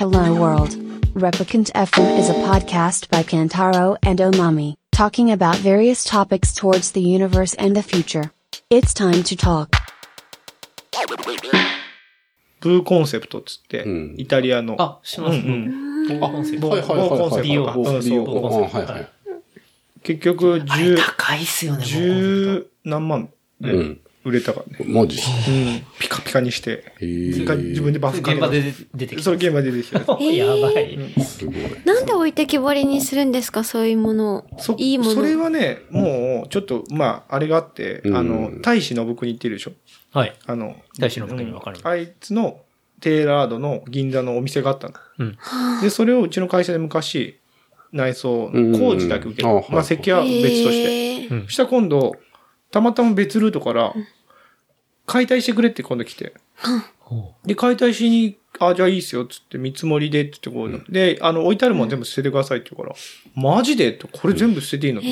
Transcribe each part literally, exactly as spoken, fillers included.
Hello World. Replicant エフエム is a podcast by Kantaro and Omami, talking about various topics towards the universe and the future. It's time to talk. ブーコンセプトっつって、うん、イタリアの。 あ、します。うんうん、 ブーコンセプト。はいはいはいはい。ブーコンセプト。 ビオ。 うん、そう。 ブーコンセプト。はいはい。 結局、十、 高いっすよね、 十何万で売れたからね。 マジ？ うん。ピカピカにして。自分でバフ現場で出てきた。 それ現場で出てきた。 やばい。 すごい。なんで置いてきぼりにするんですか、そういうもの。いいもの。 それはね、もう、ちょっと、まあ、あれがあって、あの、大使信国っているでしょ。 はい。 あの、 大使信国わかります。 あいつのテーラードの銀座のお店があったの。うん。で、それをうちの会社で昔、内装の工事だけ受けた。まあ、設計は別として。そしたら今度、たまたま別ルートから、解体してくれって今度来て。で、解体しに、あ、じゃあいいっすよ、つって見積もりで、って言ってこう、うん、で、あの、置いてあるもん全部捨ててくださいって言うから、マジでこれ全部捨てていいの、うん、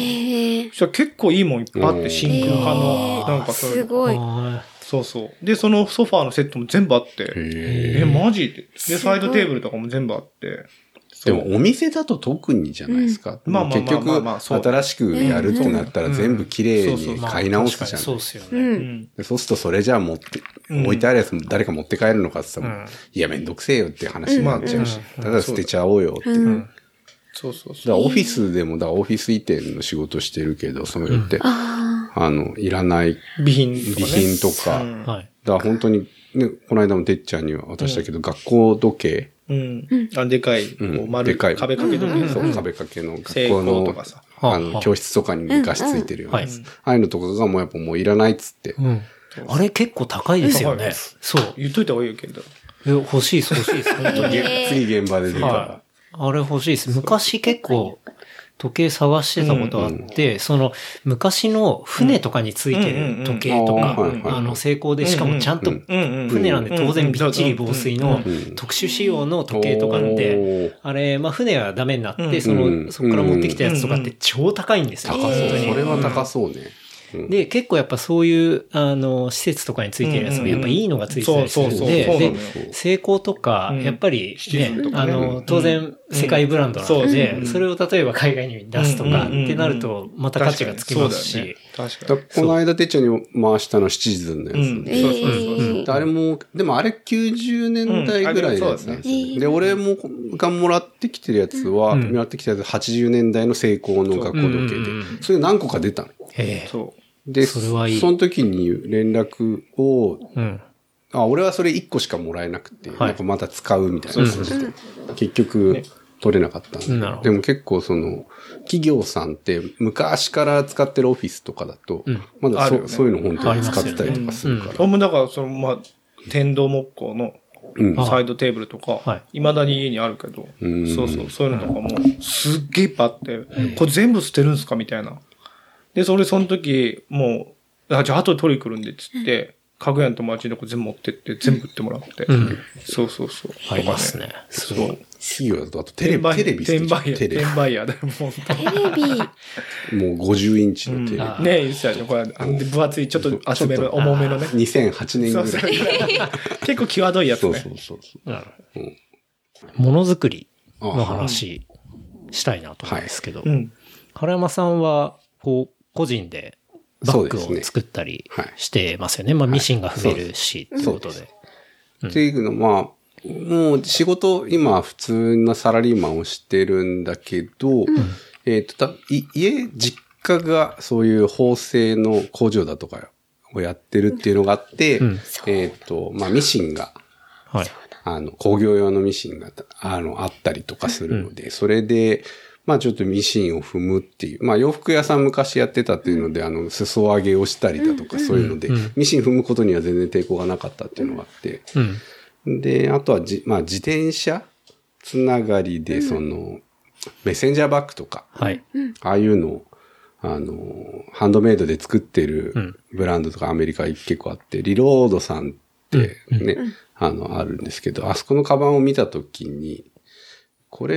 そしたら結構いいもんいっぱいあって、真空管の、なんかそういう。 すごい。 そうそう。で、そのソファーのセットも全部あって、え、マジで。で、サイドテーブルとかも全部あって。 でもお店だと特にじゃないですか。うん、まあまあ結局、新しくやるとなったら全部綺麗に買い直すじゃん。 そうですよね。 そうするとそれじゃあ持って、置いてあるやつも誰か持って帰るのかって言ったら、いやめんどくせえよって話になっちゃうし、ただ捨てちゃおうよって。 そうそうそう。 だからオフィスでも、だからオフィス移転の仕事してるけど、そうやって、あの、いらない備品備品とか、だから本当に、ね、この間もてっちゃんには渡したけど、学校時計、 うん。あ、でかい、こう丸い壁掛け時計。 そう、壁掛けの学校の、あの、教室とかにガスついてるようなやつ。ああいうのとかがもうやっぱもういらないっつって。 あれ結構高いですよね。そう。 言っといた方がいいけど。 欲しいです、欲しいです。本当に。 次現場で出たら。 あれ欲しいです。昔結構、時計探してたことあって、うんうん、その昔の船とかについてる時計とか、あの成功でしかもちゃんと船なんで当然びっちり防水の特殊仕様の時計とかで、あれ、まあ船はダメになって、その、そこから持ってきたやつとかって超高いんですよ。 高そう。それは高そうね。 で、結構やっぱそういう、あの、施設とかについてるやつもやっぱいいのがついてたりするんで、で、成功とか、やっぱりね、あの、当然世界ブランドなので、それを例えば海外に出すとかってなると、また価値がつきますし。 確かに。この間、てっちゃんに回したのシチズンのやつで。そうそうそう。あれも、でもあれきゅうじゅうねんだいぐらいのやつなんですよ。で、俺もがもらってきてるやつは、もらってきたやつはちじゅうねんだいの成功の学校時計で、それ何個か出たの。 へそう。で、それはいい。その時に連絡を、うん、あ、俺はそれいっこしかもらえなくて、はい、なんかまた使うみたいな感じで、結局、ね、取れなかったんで、ね、でも結構その、企業さんって昔から使ってるオフィスとかだと、うん、まだ そ,、ね、そういうの本当に使ってたりとかするから。 俺もだからその、まあ、天童木工のサイドテーブルとか、うん、未だに家にあるけど、そうそう、そういうのとかも、すっげえいっぱいあって、これ全部捨てるんすかみたいな。で、それその時、もう、あ、じゃあ後で取り来るんで、つって、家具屋の友達の子全部持ってって、全部売ってもらって。うん、そうそうそう。 ありますね。 すごい。企業だと、あとテレビ、テレビテレビ。テレビ。転売屋だよ、もう。 テレビ。 もうごじゅうインチのテレビ。 うん、ねえ、いいっすよね。これ、あんで分厚い、ちょっと厚めの、重めのね。 にせんはちねんぐらい。そうそう結構際どいやつね。 そうそうそう。なるほど。 ものづくりの話したいなと思うんですけど、原山さんは、こう、個人でバッグを作ったりしてますよね。ねはい、まあミシンが増えるし、ということで。 うん、っていうのは、まあ、もう仕事、今普通なサラリーマンをしてるんだけど、うん、えっと、家、実家がそういう縫製の工場だとかをやってるっていうのがあって、うん、えっと、まあミシンが、はい、あの、工業用のミシンがあのあったりとかするので、うん、それで、まあちょっとミシンを踏むっていう。まあ洋服屋さん昔やってたっていうので、あの、裾上げをしたりだとかそういうので、ミシン踏むことには全然抵抗がなかったっていうのがあって。で、あとはじ、まあ自転車つながりで、その、メッセンジャーバッグとか、はい、ああいうのを、あの、ハンドメイドで作ってるブランドとかアメリカ結構あって、リロードさんってね、あの、あるんですけど、あそこのカバンを見たときに、これ、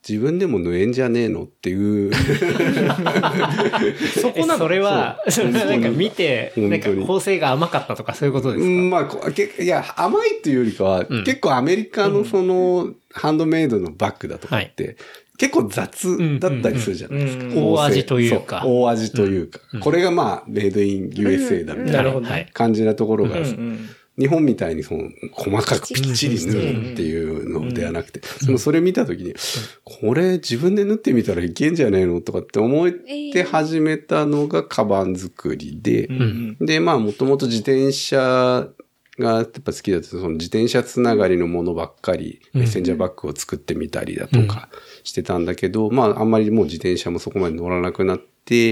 自分でも縫えんじゃねえのっていう。 そこなのそれは、なんか見て、なんか縫製が甘かったとかそういうことですか？ まあ、けいや、甘いっていうよりかは、うん、結構アメリカのその、うん、ハンドメイドのバッグだとかって、はい、結構雑だったりするじゃないですか。うんうんうん、 大味というか。 大味というか、うん。これがまあ、メイドイン ユーエスエー だみたいな感じなところが、うんうん、日本みたいにその細かくぴっちり縫うっていうのではなくて、そのそれ見たときに、これ自分で縫ってみたらいけんじゃねえのとかって思って始めたのがカバン作りで、で、まあもともと自転車がやっぱ好きだったその自転車つながりのものばっかり、メッセンジャーバッグを作ってみたりだとかしてたんだけど、まああんまりもう自転車もそこまで乗らなくなって、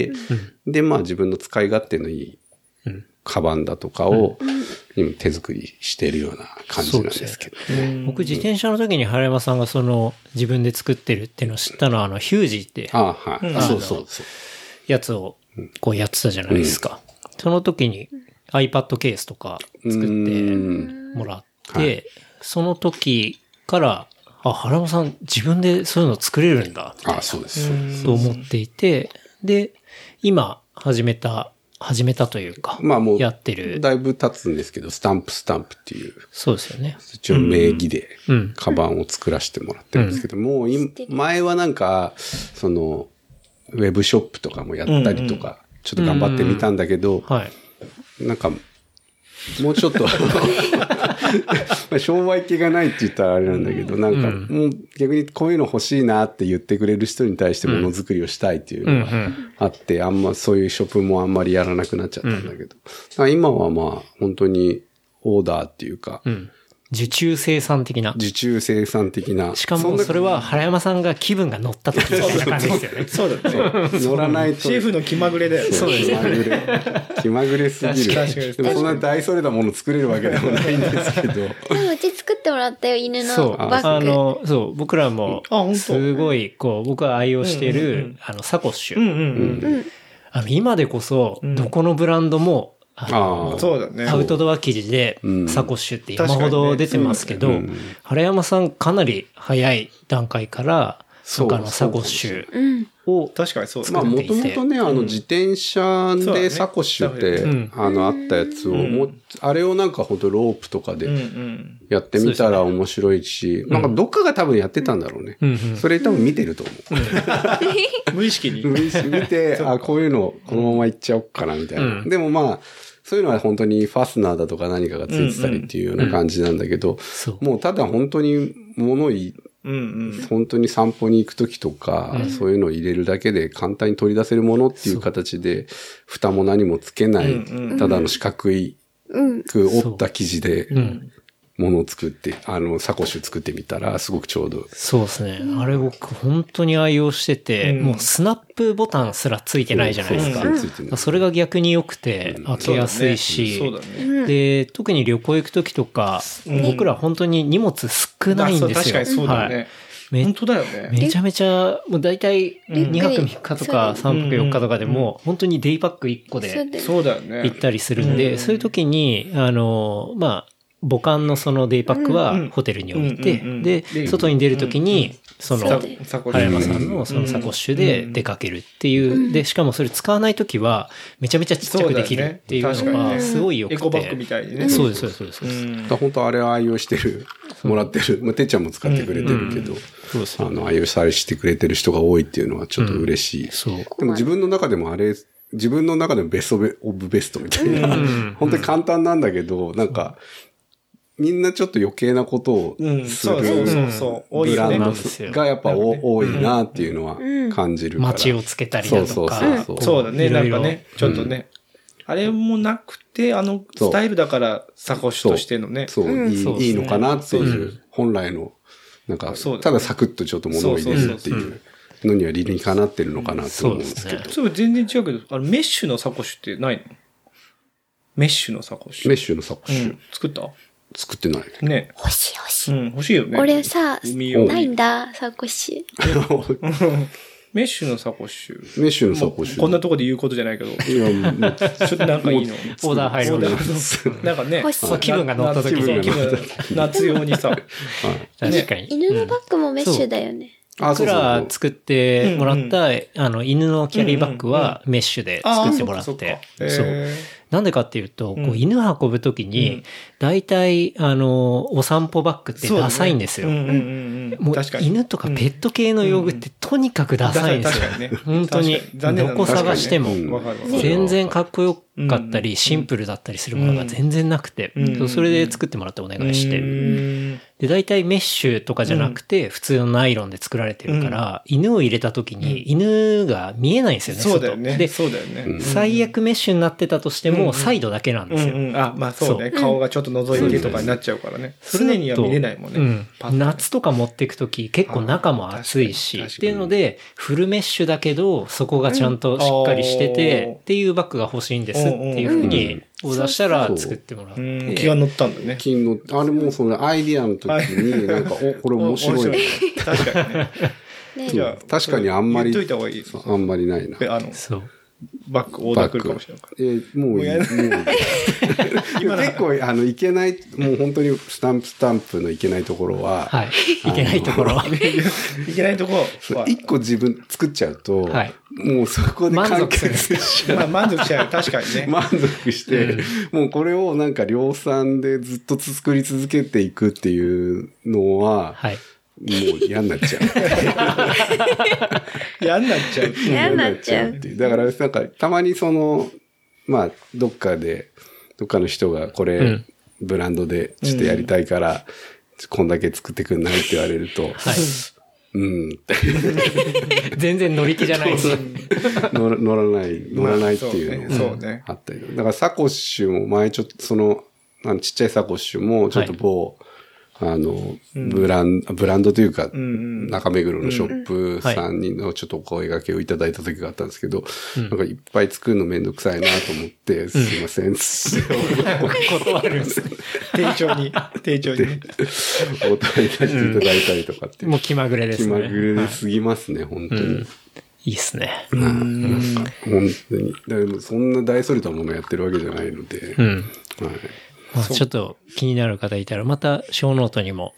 で、まあ自分の使い勝手のいいカバンだとかを、今手作りしているような感じなんですけど、ね。 僕自転車の時に原山さんがその自分で作ってるっていうのを知ったのはあのヒュージーって。 ああ、はい。そうそうそう。 やつをこうやってたじゃないですか。うん、その時に iPad ケースとか作ってもらって、はい、その時から、あ、原山さん自分でそういうの作れるんだ。 あ、そうです。 そう思っていて、で、今始めた始めたというか、まあもう、やってる。 だいぶ経つんですけど、スタンプスタンプっていう。 そうですよね。 一応名義で、カバンを作らせてもらってるんですけど、うん、もう、前はなんか、その、ウェブショップとかもやったりとか、ちょっと頑張ってみたんだけど、はい、なんか、もうちょっと商売気がないって言ったらあれなんだけど、なんか、もう逆にこういうの欲しいなって言ってくれる人に対してものづくりをしたいっていうのがあって、あんまそういうショップもあんまりやらなくなっちゃったんだけど、今はまあ本当にオーダーっていうか、うん受注生産的な。 受注生産的な。 しかもそれは原山さんが気分が乗った時みたいな感じですよね。 そうだね。 乗らないと。 シェフの気まぐれだよね。 そうですね。 気まぐれ。気まぐれすぎる。確かに。でもそんな大それたもの作れるわけでもないんですけど。でもうち作ってもらったよ、犬のバッグ。 そう。あの、そう、僕らも、すごい、こう、僕が愛用している、あの、サコッシュ。あの、今でこそ、どこのブランドも、 ああ、そうだね。 アウトドア生地でサコッシュって山ほど出てますけど、ねうん、原山さんかなり早い段階から、他のサコッシュを確かにそうまあもともとね、あの自転車でサコッシュって、うん、あのあったやつをも、うん、あれをなんかほんとロープとかでやってみたら面白いし、うんうん、なんかどっかが多分やってたんだろうね。うんうん、それ多分見てると思う。 うん、無意識に。 無意識見て、あ、こういうのこのままいっちゃおっかなみたいな。うん、でもまあ、そういうのは本当にファスナーだとか何かがついてたりっていうような感じなんだけど、うんうん、もうただ本当に物い、うんうん、本当に散歩に行くときとか、うん、そういうのを入れるだけで簡単に取り出せるものっていう形で、蓋も何もつけない、うんうん、ただの四角い、く折った生地で、ものを作って、あの、サコッシュ作ってみたら、すごくちょうど。 そうですね。あれ僕、本当に愛用してて、うん、もうスナップボタンすらついてないじゃないですか。そうそうそれが逆に良くて、開けやすいし、そうだねそうだね、で、特に旅行行くときとか、うん、僕ら本当に荷物少ないんですよ。 確かにそうだね。はい本当だよね。めちゃめちゃ、もう大体にはくみっかとかさんぱくよっかとかでも、本当にデイパックいっこで行ったりするんで、そういう時に、あの、まあ、母艦のそのデイパックはホテルに置いて、で、外に出るときに、その、原山さんのそのサコッシュで出かけるっていう。で、しかもそれ使わないときは、めちゃめちゃちっちゃくできるっていうのが、すごい良くて。 エコバッグみたいにね。 そうです、そうです、そうです。うん、 本当あれを愛用してる、もらってる。まあ、てっちゃんも使ってくれてるけど、あの、愛用されしてくれてる人が多いっていうのはちょっと嬉しい。そう。でも自分の中でもあれ、自分の中でもベストオブベストみたいな、本当に簡単なんだけど、なんか、みんなちょっと余計なことをするブランドがやっぱ多いなっていうのは感じるから。 街をつけたりだとか。 そうそうそう。そうだね。なんかね、ちょっとね。あれもなくて、あのスタイルだからサコッシュとしてのね。 そう、いいのかなっていう、本来の、なんか、ただサクッとちょっと物を入れるっていうのには理にかなってるのかなと思うんですけど。 そう全然違うけど、あのメッシュのサコッシュってないの？メッシュのサコッシュ。 メッシュのサコッシュ。 作った作ってないね。 欲しい欲しい。 うん、欲しいよね。 俺さ、ないんだ、サコッシュ。メッシュのサコッシュ。 メッシュのサコッシュ。 こんなとこで言うことじゃないけど。いや、もう、ちょっとなんかいいの。オーダー入る。 なんかね、 気分が乗った時に。 夏用にさ。 確かに。 犬のバッグもメッシュだよね。 僕ら作ってもらった、あの、犬のキャリーバッグはメッシュで作ってもらって、そう。なんでかっていうと、こう犬運ぶときに、大体、あの、お散歩バッグってダサいんですよ。もう犬とかペット系の用具ってとにかくダサいんですよ。本当に。どこ探しても。全然かっこよかったり、シンプルだったりするものが全然なくて、それで作ってもらってお願いして。で、大体メッシュとかじゃなくて、普通のナイロンで作られてるから、犬を入れたときに犬が見えないんですよね。 そうだよね。 で、 そうだよね。 最悪メッシュになってたとしても、サイドだけなんですよ。 あ、まあそうね。顔がちょっと覗いてとかになっちゃうからね。常には見れないもんね。 夏とか持っていくとき結構中も暑いし、っていうので、フルメッシュだけど、そこがちゃんとしっかりしてて、っていうバッグが欲しいんですっていうふうに、オーダーしたら作ってもらって。 気が乗ったんだね。 気乗って、あれもそのアイディアの時に、なんか、お、これ面白いね。 確かにね。 じゃあ、確かにあんまり、 言っといた方がいい。 あんまりないな。 あの、 そう。 バッグオーダー来るかもしれない。 えー、もういい。もう結構、あの、いけない、もう本当にスタンプスタンプのいけないところは、 はい。いけないところ。 いけないところは。一個自分作っちゃうと、はい、もうそこで完結しちゃう。まあ満足しちゃう。確かにね。 満足して、うん、もうこれをなんか量産でずっと作り続けていくっていうのは、はい。もう嫌になっちゃう。 嫌になっちゃう。 嫌になっちゃう。 だから、なんか、たまにその、まあ、どっかで、どっかの人がこれ、うん、ブランドでちょっとやりたいから、うん、こんだけ作ってくんないって言われると、はい。うん。 全然乗り気じゃないです乗ら乗らない、乗らないっていうのが、ね、 あったり。だからサコッシュも前ちょっと、その、あのちっちゃいサコッシュもちょっと某、はいあの、ブラン、ブランドというか、中目黒のショップさんにのちょっとお声掛けをいただいた時があったんですけど、なんかいっぱい作るのめんどくさいなと思って、すいません、 断るんですね。 丁重に、丁重に。 お問い出していただいたりとかって。 もう気まぐれですね。 気まぐれですぎますね、本当に。 いいっすね。 なんか、本当に。でもそんな大それたものやってるわけじゃないので、はいまあ、ちょっと気になる方いたら、また小ノートにも、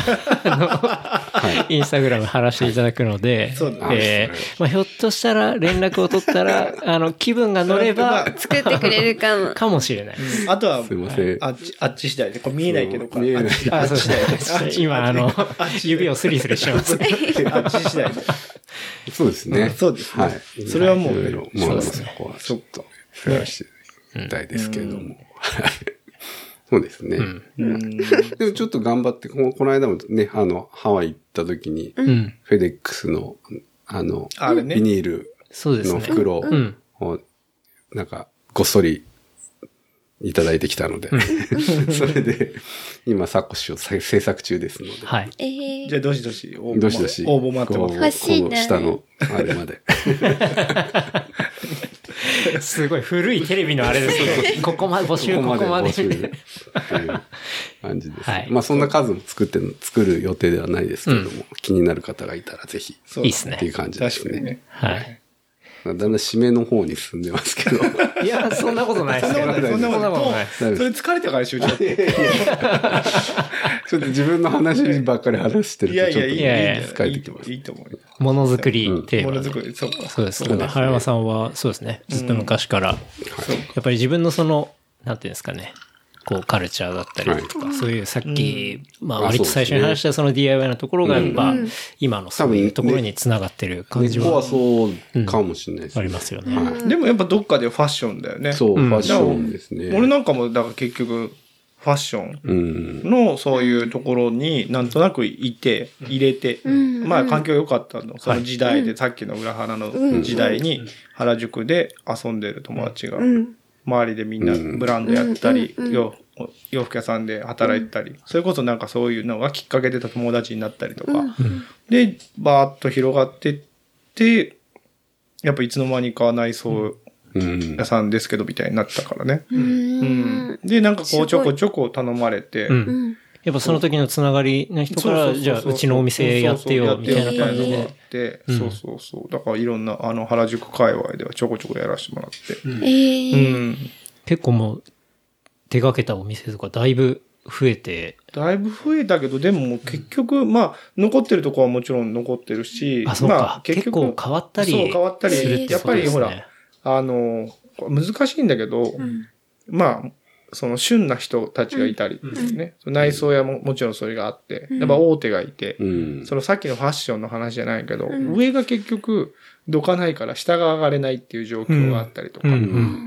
インスタグラム貼らせていただくので、えー、まあ、ひょっとしたら連絡を取ったら、あの、気分が乗れば、 作ってくれるかも。 かもしれない。 あとは、 すいません。 あっち、あっち次第で、これ見えないけど、 見えない。 あ、そうですね。今、あの、指をスリスリしてます。 あっち次第で。 そうですね。 そうですね。はい。それはもう、 そうですね。そこはちょっと、増やしてみたいですけれども。そうですね。うん、でもちょっと頑張って、この間もね、あの、ハワイ行った時に、うん、フェデックスの、あの、あれね、ビニールの袋を、ねうん、なんか、ごっそりいただいてきたので、うん、それで、今、サコッシュを制作中ですので。 はい。 えー、 じゃあ、どしどし応募、 どしどし応募待ってます。 欲しいね。 この下の、あれまで。 すごい古いテレビのあれですけど、ここまで募集、ここまで。っていう感じです。はい。まあそんな数も作って、作る予定ではないですけれども、うん、気になる方がいたらぜひ。 いいっすね。 っていう感じですね。 ねはい。 だんだん締めの方に進んでますけど。 いや、そんなことないですよ。 そんなことない。それ疲れたからでしょ、ちょっと。ちょっと自分の話ばっかり話してると、ちょっと疲れてきます。 いいと思う。 ものづくりテーマ。 ものづくり、そうか。 そうです。原山さんは、そうですね。ずっと昔から、やっぱり自分のその、なんていうんですかね。こうカルチャーだったりとか、はい、そういうさっき、うん、まあ割と最初に話したその ディーアイワイ のところがやっぱ、うん、今のそういうところにつながってる感じは。 ここはそうかもしれないですね。うん、ありますよね、 はい。でもやっぱどっかでファッションだよね。 そう、うん、ファッションですね。 俺なんかもだから結局ファッションのそういうところになんとなくいて、入れて、うん、まあ環境良かったの。その時代で、はい、さっきの裏腹の時代に原宿で遊んでる友達が、うん周りでみんなブランドやったり、うん、洋, 洋服屋さんで働いたり、うん、それこそなんかそういうのがきっかけで友達になったりとか、うん、で、バーッと広がってって、やっぱいつの間にか内装屋さんですけどみたいになったからね。うんうん、で、なんかこうちょこちょこ頼まれて、うんやっぱその時のつながりの人から、じゃあうちのお店やってよ、みたいな感じで。 そうそうそう。だからいろんな、あの原宿界隈ではちょこちょこやらせてもらって。 うん、結構もう、手掛けたお店とかだいぶ増えて。 だいぶ増えたけど、でも結局、まあ、残ってるとこはもちろん残ってるし、 あ、そうか。 まあ、 結局結構変わったり。 そう、変わったり。やっぱりほら、あの、難しいんだけど、うん、まあ、その旬な人たちがいたりね、うん、内装屋ももちろんそれがあって、うん、やっぱ大手がいて、うん、そのさっきのファッションの話じゃないけど、うん、上が結局どかないから下が上がれないっていう状況があったりとか、うん、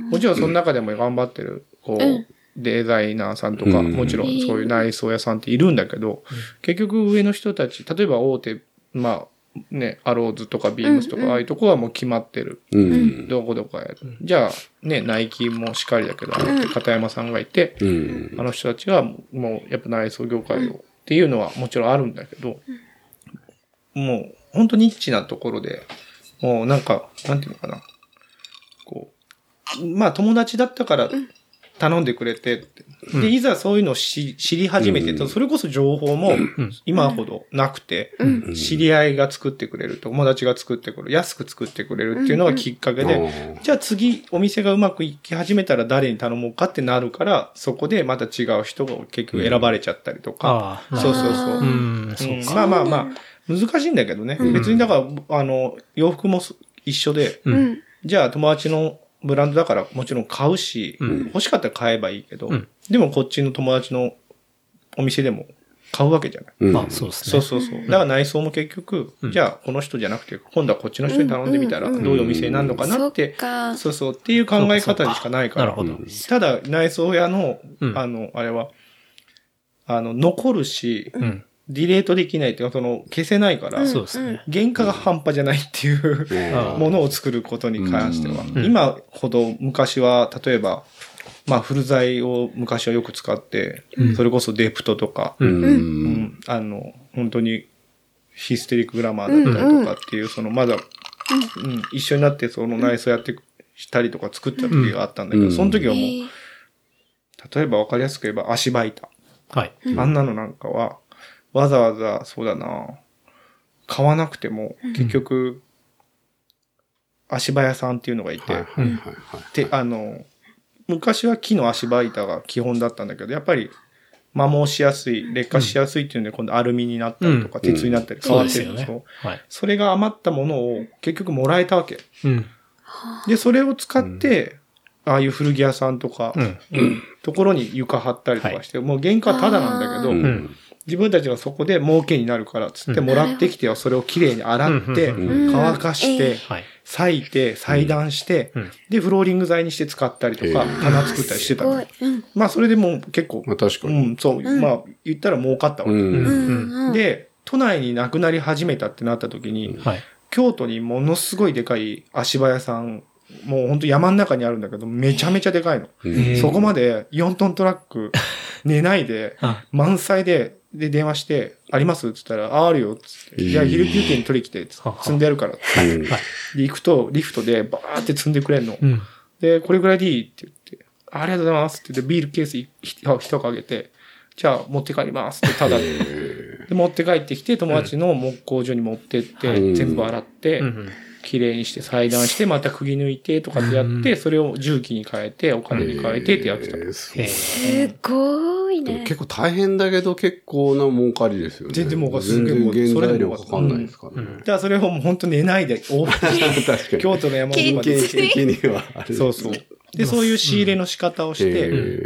もちろんその中でも頑張ってる、こう、うんデザイナーさんとか、もちろんそういう内装屋さんっているんだけど、結局上の人たち、例えば大手、まあね、アローズとかビームスとか、ああいうとこはもう決まってる。どこどこやる。じゃあ、ね、ナイキもしっかりだけど、片山さんがいて、あの人たちはもうやっぱ内装業界をっていうのはもちろんあるんだけど、もう本当にニッチなところで、もうなんか、なんていうのかな。こう、まあ友達だったから、頼んでくれてって。で、いざそういうのを知り始めて、うん、それこそ情報も今ほどなくて、うん、知り合いが作ってくれる、友達が作ってくれる、安く作ってくれるっていうのがきっかけで、うん、じゃあ次お店がうまくいき始めたら誰に頼もうかってなるから、そこでまた違う人が結局選ばれちゃったりとか。うん、そうそうそう。うんそうまあまあまあ、難しいんだけどね。うん、別にだから、あの、洋服も一緒で、うん、じゃあ友達のブランドだからもちろん買うし、うん、欲しかったら買えばいいけど、うん、でもこっちの友達のお店でも買うわけじゃない。 うん、まあそうですね。 そうそうそう。だから内装も結局、うん、じゃあこの人じゃなくて、今度はこっちの人に頼んでみたらどういうお店になるのかなって、うんうん、そうそうっていう考え方にしかないから。なるほど。ただ内装屋の、うん、あの、あれは、あの、残るし、うんディレートできないっていうか、その、消せないから、そうですね。原価が半端じゃないっていうものを作ることに関しては、うん、今ほど昔は、例えば、まあ、フル材を昔はよく使って、うん、それこそデプトとか、うんうん、あの、本当にヒステリックグラマーだったりとかっていう、その、まだ、うん、一緒になってその内装やってしたりとか作った時があったんだけど、その時はもう、例えばわかりやすく言えば足場板。はい。あんなのなんかは、わざわざ、そうだな、買わなくても、結局、足場屋さんっていうのがいて、で、あの、昔は木の足場板が基本だったんだけど、やっぱり、摩耗しやすい、劣化しやすいっていうので、今度アルミになったりとか、鉄になったり変わってるんですよ。それが余ったものを結局もらえたわけ。で、それを使って、ああいう古着屋さんとか、ところに床張ったりとかして、もう原価はタダなんだけど、自分たちがそこで儲けになるからつってもらってきてはそれをきれいに洗って乾かして裂いて裁断してでフローリング材にして使ったりとか棚作ったりしてたの。まあそれでも結構まあ確かにうんそうまあ言ったら儲かったわけで都内になくなり始めたってなった時に京都にものすごいでかい足場屋さんもう本当山の中にあるんだけどめちゃめちゃでかいの。そこまでよんトントラック寝ないで満載でで、電話して、ありますって言ったら、あ、あるよつって。じゃあ、昼休憩に取り来て、積んでやるから。で、行くと、リフトで、バーって積んでくれんの。うん、で、これぐらいでいいって言って、ありがとうございますって言って、ビールケース一かけて、じゃあ、持って帰りますって、ただで。で、持って帰ってきて、友達の木工所に持ってって、うん、全部洗って、うん綺麗にして裁断してまた釘抜いてとかってやって、うん、それを重機に変えてお金に変えてってやってた。えー、 すごいね。 結構大変だけど結構な儲かりですよね。 全然儲かる。 全然原材料かかんないですからね。 うん、じゃあそれをもう本当寝ないで往復して、京都の山本まで来て。的にはあれ。 そうそう。で、そういう仕入れの仕方をして、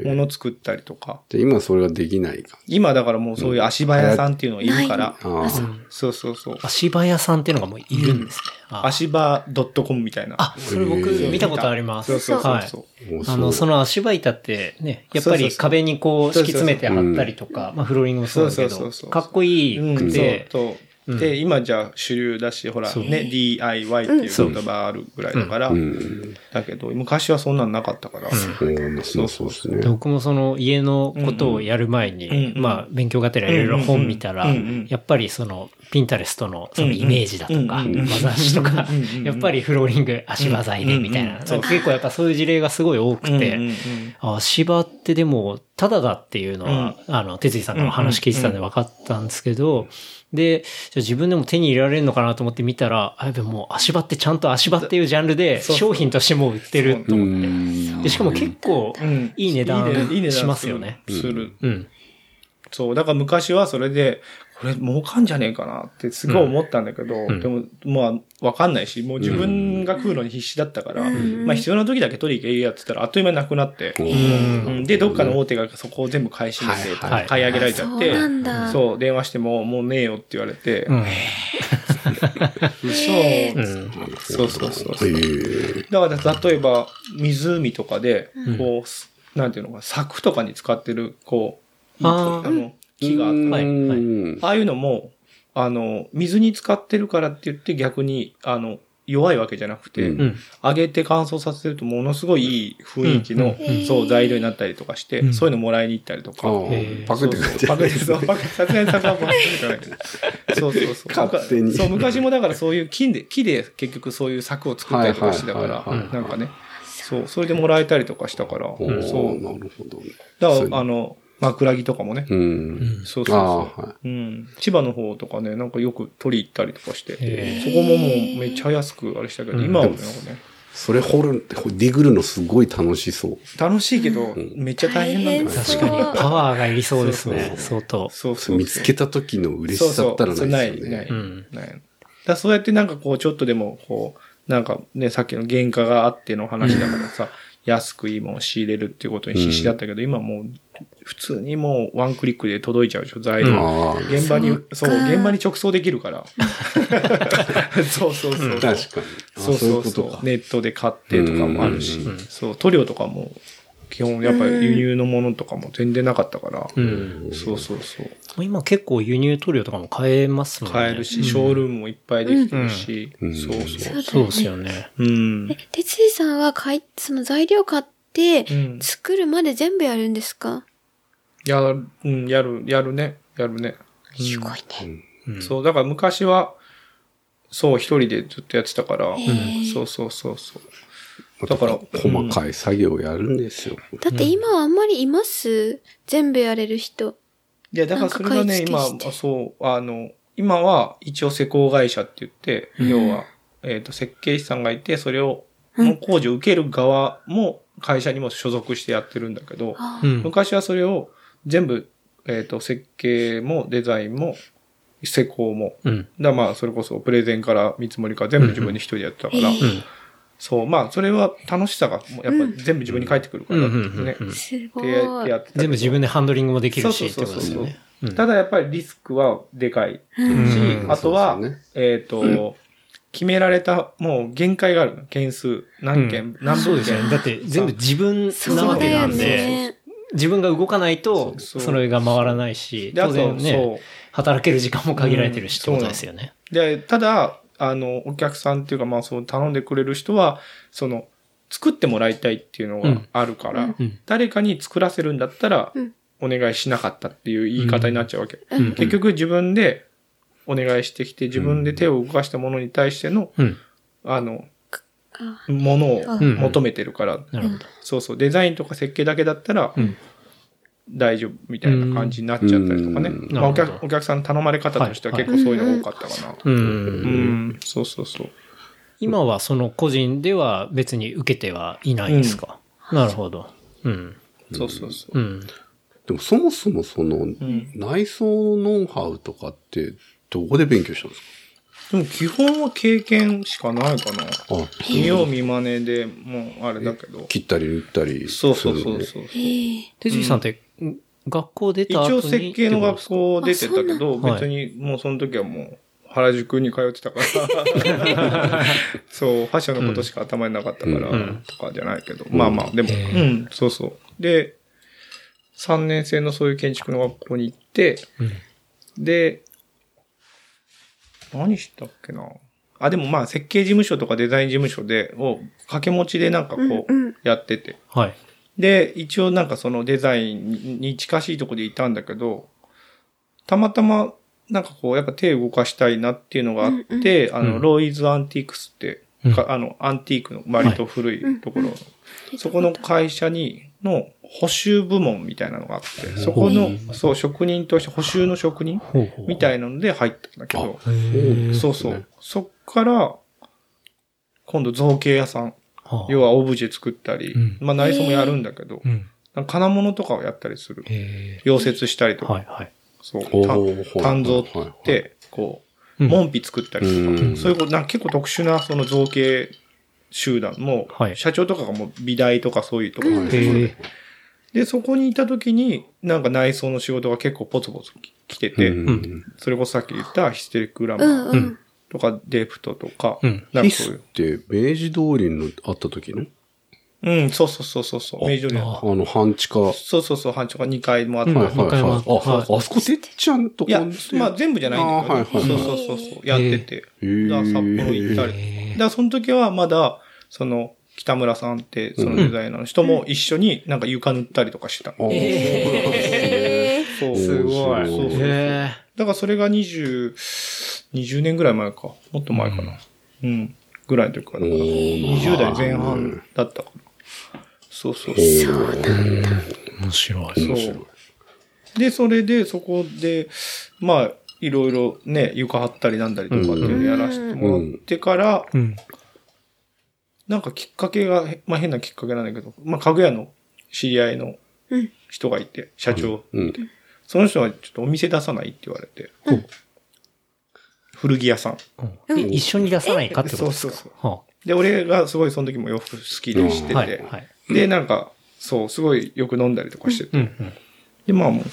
物作ったりとか。 で、今それができないか。 今だからもうそういう足場屋さんっていうのがいるから。そうそうそう。 足場屋さんっていうのがもういるんですね。 足場 .com みたいな。 あ、それ僕見たことあります。そうそうそう。あの、その足場板ってね、やっぱり壁にこう敷き詰めて貼ったりとか、まあフローリングもそうだけど、かっこいいくて、 で、今じゃあ主流だし、ほら、ね、ディーアイワイ っていう言葉あるぐらいだから、だけど、昔はそんなんなかったから。 そうそうですね。 僕もその家のことをやる前に、まあ、勉強がてらいろいろ本見たら、やっぱりその、ピンタレストのそのイメージだとか、技師とか、やっぱりフローリング足場材でみたいな、結構やっぱそういう事例がすごい多くて、足場ってでも、ただだっていうのは、あの、哲井さんの話聞いてたんで分かったんですけど、で、じゃあ自分でも手に入れられるのかなと思って見たら、あ、やっぱもう足場ってちゃんと足場っていうジャンルで商品としても売ってると思って。で、しかも結構いい値段しますよね。 する。 うん。 そう、だから昔はそれで、これ儲かんじゃねえかなってすごい思ったんだけど、うん、でも、まあ、わかんないし、もう自分が食うのに必死だったから、うん、まあ必要な時だけ取り行けいいやって言ったらあっという間になくなって、うん、で、どっかの大手がそこを全部買い占めて、はいはい、買い上げられちゃって、そう、そう、電話してももうねえよって言われて、うん、嘘、うん、そうそうそう。だから例えば湖とかで、こう、なんていうのか、柵とかに使ってる、こう、あの、木があって、はいはい、ああいうのも、あの、水に使ってるからって言って逆に、あの、弱いわけじゃなくて、うん、揚げて乾燥させるとものすごいいい雰囲気の、うん、そう、材料になったりとかして、うん、そういうのもらいに行ったりとか。 パクってくれてパクって、そう、パクって、さすがにさすがにパクっていかないけど。そうそうそう。勝手に。そう、昔もだからそういう木で、木で結局そういう柵を作ったりとかしてたから、なんかね、そう、それでもらえたりとかしたから、そう。 なるほど。 だから、あの、枕木とかもね。うん。そうそうそう。はい、うん。千葉の方とかね、なんかよく取り行ったりとかして、そこももうめっちゃ安くあれしたけど、うん、今はなんかね。 それ掘る、ディグるのすごい楽しそう。 楽しいけど、うん、めっちゃ大変なんだよね。 確かに。パワーがいりそうですね。相当。 そうそう。見つけた時の嬉しさったらないですよね。 ない、ない。うん、ない。だそうやってなんかこう、ちょっとでも、こう、なんかね、さっきの原価があっての話だからさ、うん、安くいいものを仕入れるっていうことに必死だったけど、うん、今もう、普通にもうワンクリックで届いちゃうでしょ、材料。うん、現場に、そう、現場に直送できるから。そうそうそう。 確かに。 そうそうそう。ネットで買ってとかもあるし、うん、そう、塗料とかも、基本やっぱり輸入のものとかも全然なかったから、うん、そうそうそう。 今結構輸入塗料とかも買えますもんね。 買えるし、ショールームもいっぱいできてるし、うん、そうそう。 そうですよね。 うん。え、哲司さんは買い、その材料買って、作るまで全部やるんですか？ やる、うん、やる、やるね。やるね。 すごいね。 うん、そう、だから昔は、そう、一人でずっとやってたから、うん、そうそうそうそう。 だから、細かい作業をやるんですよ。 だって今はあんまりいます？全部やれる人。 いや、だからそれがね、今、そう、あの、今は一応施工会社って言って、うん、要は、えっと、設計士さんがいて、それを、もう工事を受ける側も会社にも所属してやってるんだけど、うん、昔はそれを全部、えっと、設計もデザインも、施工も、うん、だまあ、それこそプレゼンから見積もりから全部自分で一人でやってたから、うんうん、そう、まあ、それは楽しさが、やっぱり全部自分に返ってくるからね。 すごい。 全部自分でハンドリングもできるし、ってことですよね。 ただやっぱりリスクはでかいし、あとは、えっと、決められた、もう限界がある。件数、何件、何そうですね。だって全部自分なわけなんで、自分が動かないと、それが回らないし、当然ね、働ける時間も限られてるしってことですよね。 で、ただ、あの、お客さんっていうか、まあ、そう頼んでくれる人は、その、作ってもらいたいっていうのがあるから、うんうん、誰かに作らせるんだったら、うん、お願いしなかったっていう言い方になっちゃうわけ。うん、結局自分でお願いしてきて、自分で手を動かしたものに対しての、うん、あの、ものを求めてるから、うん、そうそう、デザインとか設計だけだったら、うん大丈夫みたいな感じになっちゃったりとかね。まあ、お客、お客さん頼まれ方としては結構そういうの多かったかな。うん。うん。そうそうそう。 今はその個人では別に受けてはいないですか、うん、なるほど。うん。 そうそうそう。うん。 でもそもそもその内装ノウハウとかってどこで勉強したんですか？ でも基本は経験しかないかな。あ、見よう見まねでもうあれだけど。 切ったり塗ったり。 そうそうそうそう。 哲司さんって、学校出た後に一応設計の学校出てたけど、別にもうその時はもう原宿に通ってたから、そう、ファッションのことしか頭になかったから、とかじゃないけど、まあまあ、でも、うん、そうそう。で、さんねん生のそういう建築の学校に行って、で、何したっけなあ、でもまあ設計事務所とかデザイン事務所で、を掛け持ちでなんかこうやってて、はい。で、一応なんかそのデザインに近しいところでいたんだけど、たまたまなんかこうやっぱ手を動かしたいなっていうのがあって、うんうん、あの、ローイズアンティークスって、うん、あの、アンティークの割と古いところ、はい、そこの会社に、の補修部門みたいなのがあって、そこの、そう、職人として補修の職人みたいなので入ったんだけど、そうそう。そっから、今度造形屋さん。要はオブジェ作ったり、うん、まあ内装もやるんだけど、うん、 金物とかをやったりする。溶接したりとか。はいはい。そう。鍛造って、こう、門扉作ったりとか、うん、そういうこと、なんか結構特殊なその造形集団も、はい、社長とかがもう美大とかそういうところで、で、そこにいた時に、なんか内装の仕事が結構ポツポツ来てて、うん、それこそさっき言ったヒステリックグラマーとかデプトとか、うん、 なんかそういう。ヒスって明治通りのあった時のうん、そうそうそうそう。明治通りの。 あの、半地下。 そうそうそう、半地下にかいもあった。 はいはいはい。あ、あそこてっちゃんとこ。 いや、まあ全部じゃないんだけど、はいはい、そうそうそうそう、やってて。だから札幌行ったり。だからその時はまだ、その、北村さんって、そのデザイナーの人も一緒になんか床塗ったりとかした。 えー、そう。すごい。 そうそう。だからそれがにじゅう、にじゅうねんぐらい前か。もっと前かな。うん。うん、ぐらいの時から。にじゅう代前半だったかな。そうそうそう。 そうなんだ。 面白い。 そう。で、それで、そこで、まあ、いろいろね、床張ったりなんだりとかっていうのやらせてもらってから、うん、なんかきっかけが、まあ変なきっかけなんだけど、まあ家具屋の知り合いの人がいて、うん、社長、うん、その人がちょっとお店出さないって言われて、うん、古着屋さん、 うん、一緒に出さないかってことですか？そうそうそう。はあ、 で、俺がすごいその時も洋服好きでしてて、はいはい、で、なんか、そう、すごいよく飲んだりとかしてて、うんうん、で、まあもう、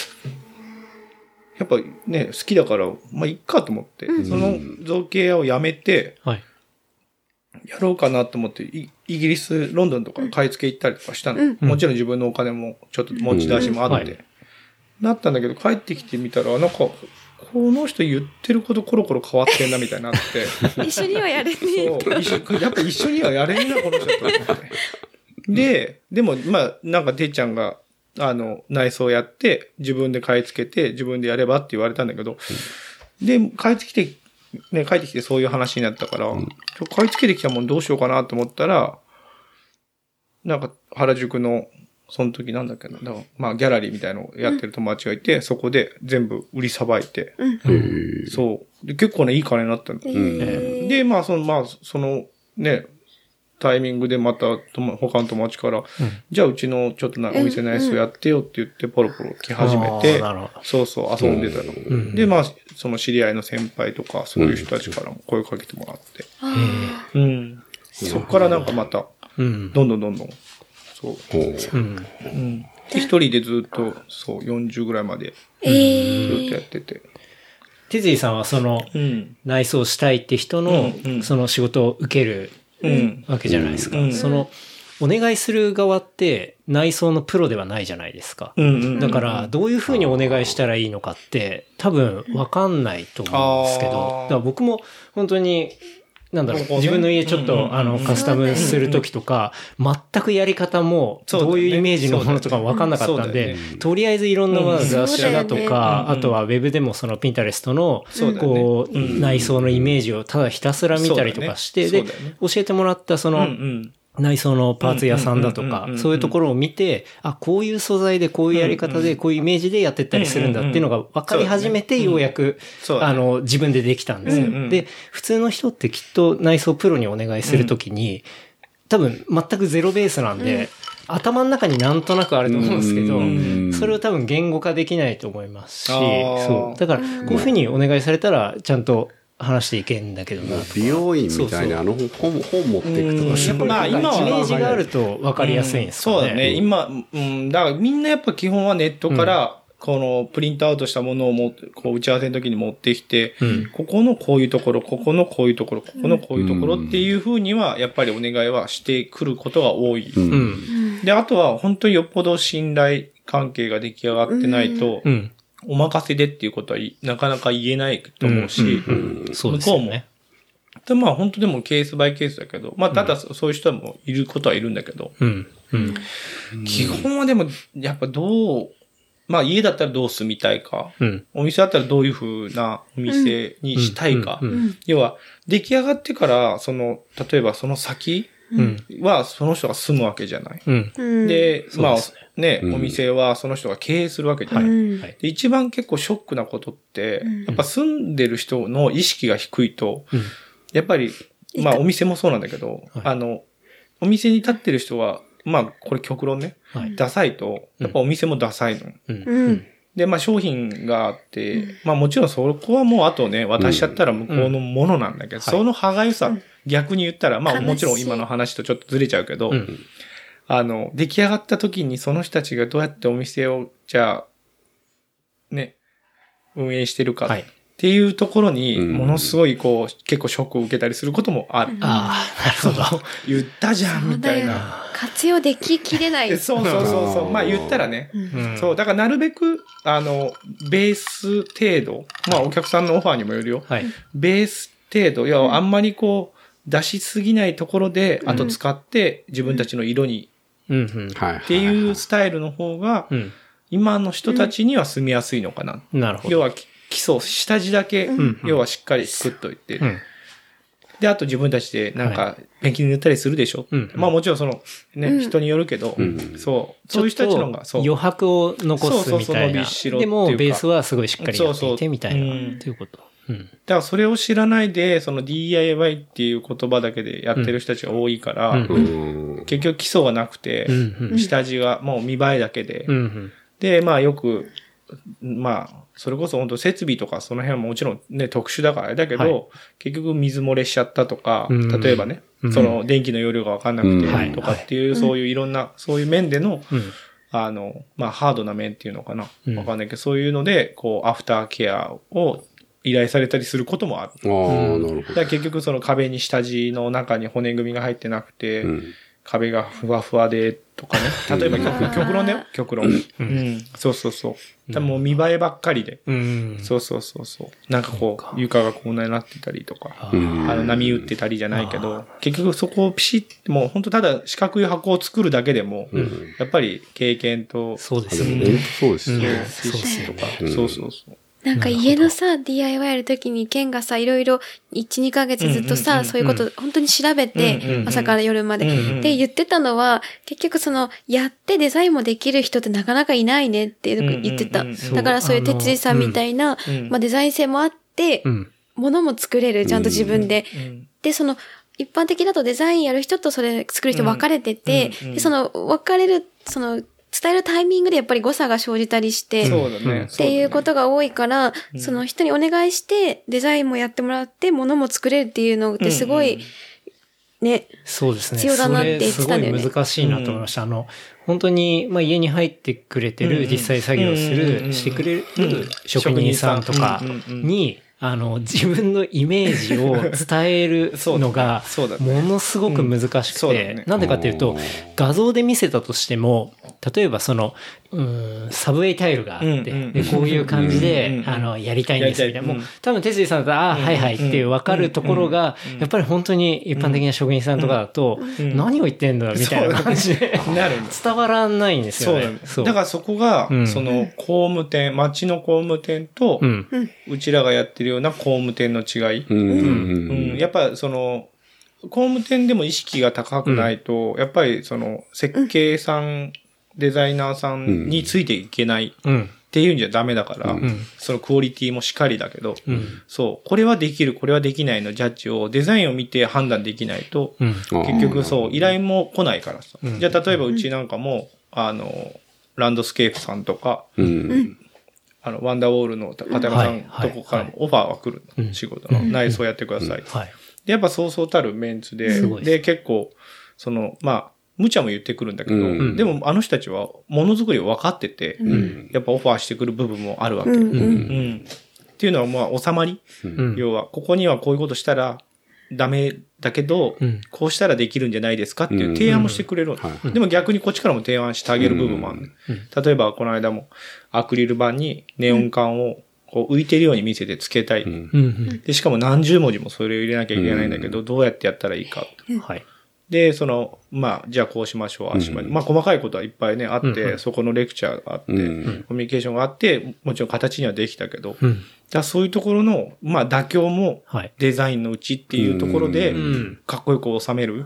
やっぱね、好きだから、まあいっかと思って、うん、その造形屋を辞めて、はい、やろうかなと思って、イギリス、ロンドンとか買い付け行ったりとかしたの。うん、もちろん自分のお金もちょっと持ち出しもあって。うんはい、なったんだけど、帰ってきてみたら、なんか、この人言ってることコロコロ変わってんなみたいになって。 一緒にはやれねえ。そう。一緒、やっぱ一緒にはやれねえな、この人と思って。で、でも、まあ、なんかてっちゃんが、あの、内装やって、自分で買い付けて、自分でやればって言われたんだけど、うん、で、買い付けて、ね、帰ってきてそういう話になったから、うん、買い付けてきたもんどうしようかなと思ったら、なんか原宿の、その時なんだっけな、だからまあギャラリーみたいのをやってる友達がいて、うん、そこで全部売りさばいて、うん、そう。で、結構ね、いい金になったんだ、うん。で、まあその、まあそのね、タイミングでまた他の友達から、うん、じゃあうちのちょっとなお店のやつをやってよって言ってポロポロ来始めて、そうそう遊んでたの、うん。で、まあその知り合いの先輩とかそういう人たちからも声をかけてもらって、うん、そこからなんかまた、どんどんどんどん、そう、うんうん、一人でずっとそうよんじゅうぐらいまでずっとやってて。 テズリさんはその、内装したいって人の、その仕事を受ける、うん、わけじゃないですか。うん、その、お願いする側って内装のプロではないじゃないですか。うんうんうんうん、だから、どういうふうにお願いしたらいいのかって、多分わかんないと思うんですけど、だから僕も本当に、なんだろう、自分の家ちょっと、あの、カスタムするときとか、全くやり方も、どういうイメージのものとかもわかんなかったんで、とりあえずいろんな雑誌だとか、あとはウェブでもそのピンタレストの、こう、内装のイメージをただひたすら見たりとかして、で、教えてもらったその、内装のパーツ屋さんだとか、そういうところを見て、あ、こういう素材でこういうやり方でこういうイメージでやってったりするんだっていうのが分かり始めて、ようやく、あの、自分でできたんですよ。で、普通の人ってきっと内装プロにお願いするときに、多分全くゼロベースなんで、頭の中になんとなくあると思うんですけど、それを多分言語化できないと思いますし、そう。だから、こういうふうにお願いされたら、ちゃんと、話していけんだけどな。 美容院みたいなあの本、本持っていくとか、 やっぱまあ今はイメージがあると分かりやすいんですかね。 そうだね。今、うん、だからみんなやっぱ基本はネットから、このプリントアウトしたものをもこう打ち合わせの時に持ってきて、うん、ここのこういうところ、ここのこういうところ、ここのこういうところっていうふうには、やっぱりお願いはしてくることが多い。うん、で、あとは本当によっぽど信頼関係が出来上がってないと、うんうんお任せでっていうことはなかなか言えないと思うし、うんうんうん、そうですよね。でまあ本当でもケースバイケースだけど、まあただそういう人もいることはいるんだけど、うんうん、基本はでもやっぱどう、まあ家だったらどう住みたいか、うん、お店だったらどういう風なお店にしたいか、うんうんうん、要は出来上がってからその例えばその先はその人が住むわけじゃない。うん、で、まあね、うん、お店はその人が経営するわけじゃない、うんで。一番結構ショックなことって、うん、やっぱ住んでる人の意識が低いと、うん、やっぱり、まあお店もそうなんだけど、はい、あの、お店に立ってる人はまあ、これ極論ね。 はい、 ダサいと、やっぱお店もダサいの。 うんうん、 で、まあ商品があって、うん、まあもちろんそこはもうあとね、渡しちゃったら向こうのものなんだけど、うん、その歯がゆさ、はい、逆に言ったら、まあもちろん今の話とちょっとずれちゃうけど、うん、あの、出来上がった時にその人たちがどうやってお店を、じゃあ、ね、運営してるか。はいっていうところに、ものすごいこう、結構ショックを受けたりすることもある。うん、 ああ、なるほど。 言ったじゃん、みたいな。 活用でききれない。 そうそうそうそう。まあ言ったらね。うん、そう。だからなるべく、あの、ベース程度。まあお客さんのオファーにもよるよ。はい、ベース程度。いや、あんまりこう、出しすぎないところで、あと使って自分たちの色に、っていうスタイルの方が、今の人たちには住みやすいのかな。 なるほど。 要は、基礎、下地だけ、うん、要はしっかり作っといて、うん、で、あと自分たちでなんか、ペンキ塗ったりするでしょ、はい、まあもちろんその、ね、うん、人によるけど、うん、そう、そういう人たちのが、そう。 余白を残すみたいな。 そうそうそう、 でも、ベースはすごいしっかりやっていてみたいな。そうそう、うん、っていうこと。うん、だからそれを知らないで、その ディーアイワイ っていう言葉だけでやってる人たちが多いから、うん、結局基礎がなくて、うん、下地がもう見栄えだけで、うん、で、まあよく、まあ、それこそ本当設備とかその辺はもちろんね、特殊だからあれだけど、はい、結局水漏れしちゃったとか、うん、例えばね、うん、その電気の容量がわかんなくてとかっていう、うん、そういういろんな、そういう面での、うん、あの、まあ、ハードな面っていうのかな。わかんないけど、そういうので、こう、アフターケアを依頼されたりすることもある。 ああ、なるほど。 だから結局その壁に下地の中に骨組みが入ってなくて、うん、壁がふわふわで、とかね。例えば極、極論だよ。極論。うん。そうそうそう。でも見栄えばっかりで。うん。そうそうそうそう。なんかこう、床がこんなになってたりとか、あの波打ってたりじゃないけど、結局そこをピシッ、もう本当ただ四角い箱を作るだけでも、うん、やっぱり経験と、 そうですね。 そうですね。 知識とか、そうそうそう。 なんか家のさ、ディーアイワイ やるときに、ケンがさ、いろいろいち、にかげつずっとさ、そういうこと本当に調べて、朝から夜まで。で、言ってたのは、結局その、やってデザインもできる人ってなかなかいないねって言ってた。だからそういう哲司さんみたいな、まあデザイン性もあって、ものも作れる、ちゃんと自分で。で、その、一般的だとデザインやる人とそれ作る人分かれてて、でその、分かれる、その、伝えるタイミングでやっぱり誤差が生じたりして、 そうだね。 っていうことが多いから、うん、その人にお願いして、デザインもやってもらって、物も作れるっていうのってすごい、ね、 そうですね。 必要だなって言ってたんだよね。 すごい難しいなと思いました。うん、あの、本当に、まあ、家に入ってくれてる、実際作業する、してくれる職人さんとかに、あの、自分のイメージを伝えるのが、ものすごく難しくて、なんでかっていうと、画像で見せたとしても、例えばその、うん、サブウェイタイルがあって、で、こういう感じで、あの、やりたいんですみたいな。もう、多分、哲司さんだったら、ああ、はいはいっていう分かるところが、やっぱり本当に一般的な職人さんとかだと、何を言ってんだみたいな感じで、伝わらないんですよね。 だからそこが、その、工務店、町の工務店と、うちらがやってるような工務店の違い。うん、やっぱその、工務店でも意識が高くないと、うん、やっぱりその設計さん、デザイナーさんについていけないっていうんじゃダメだから、うん、そのクオリティもしっかりだけど、うん、そう、これはできる、これはできないのジャッジをデザインを見て判断できないと、うん、結局そう、依頼も来ないからさ。うん、じゃあ例えばうちなんかも、あの、ランドスケープさんとか、うんあの、ワンダーウォールの片山さんとこからもオファーが来る、はいはい、仕事の、内装やってください、うんはい。で、やっぱそうそうたるメンツで、で、結構、その、まあ、無茶も言ってくるんだけど、うん、でもあの人たちはものづくりを分かってて、うん、やっぱオファーしてくる部分もあるわけ。うんうん、っていうのはまあ収まり、うん、要は、ここにはこういうことしたらダメだけど、うん、こうしたらできるんじゃないですかっていう提案もしてくれる、うんうん、でも逆にこっちからも提案してあげる部分もある、うん、例えばこの間もアクリル板にネオン管をこう浮いてるように見せてつけたい、うん、でしかも何十文字もそれを入れなきゃいけないんだけど、うん、どうやってやったらいいか、うん、はい。で、その、まあ、じゃあこうしましょう、ああしましょう。まあ、細かいことはいっぱいね、あって、うん、そこのレクチャーがあって、うん、コミュニケーションがあって、もちろん形にはできたけど、うん、だそういうところの、まあ、妥協も、デザインのうちっていうところで、かっこよく収める。うん、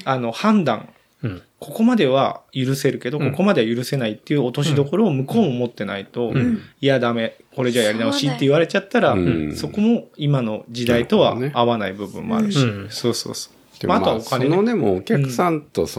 あの、判断。うん、ここまでは許せるけど、うん、ここまでは許せないっていう落としどころを向こうも持ってないと、うん、いやダメ、これじゃやり直しって言われちゃったら、そ, うん、そこも今の時代とは合わない部分もあるし、うん、そうそうそう。 まあ、あとはお金、ね、そのでもお客さんとその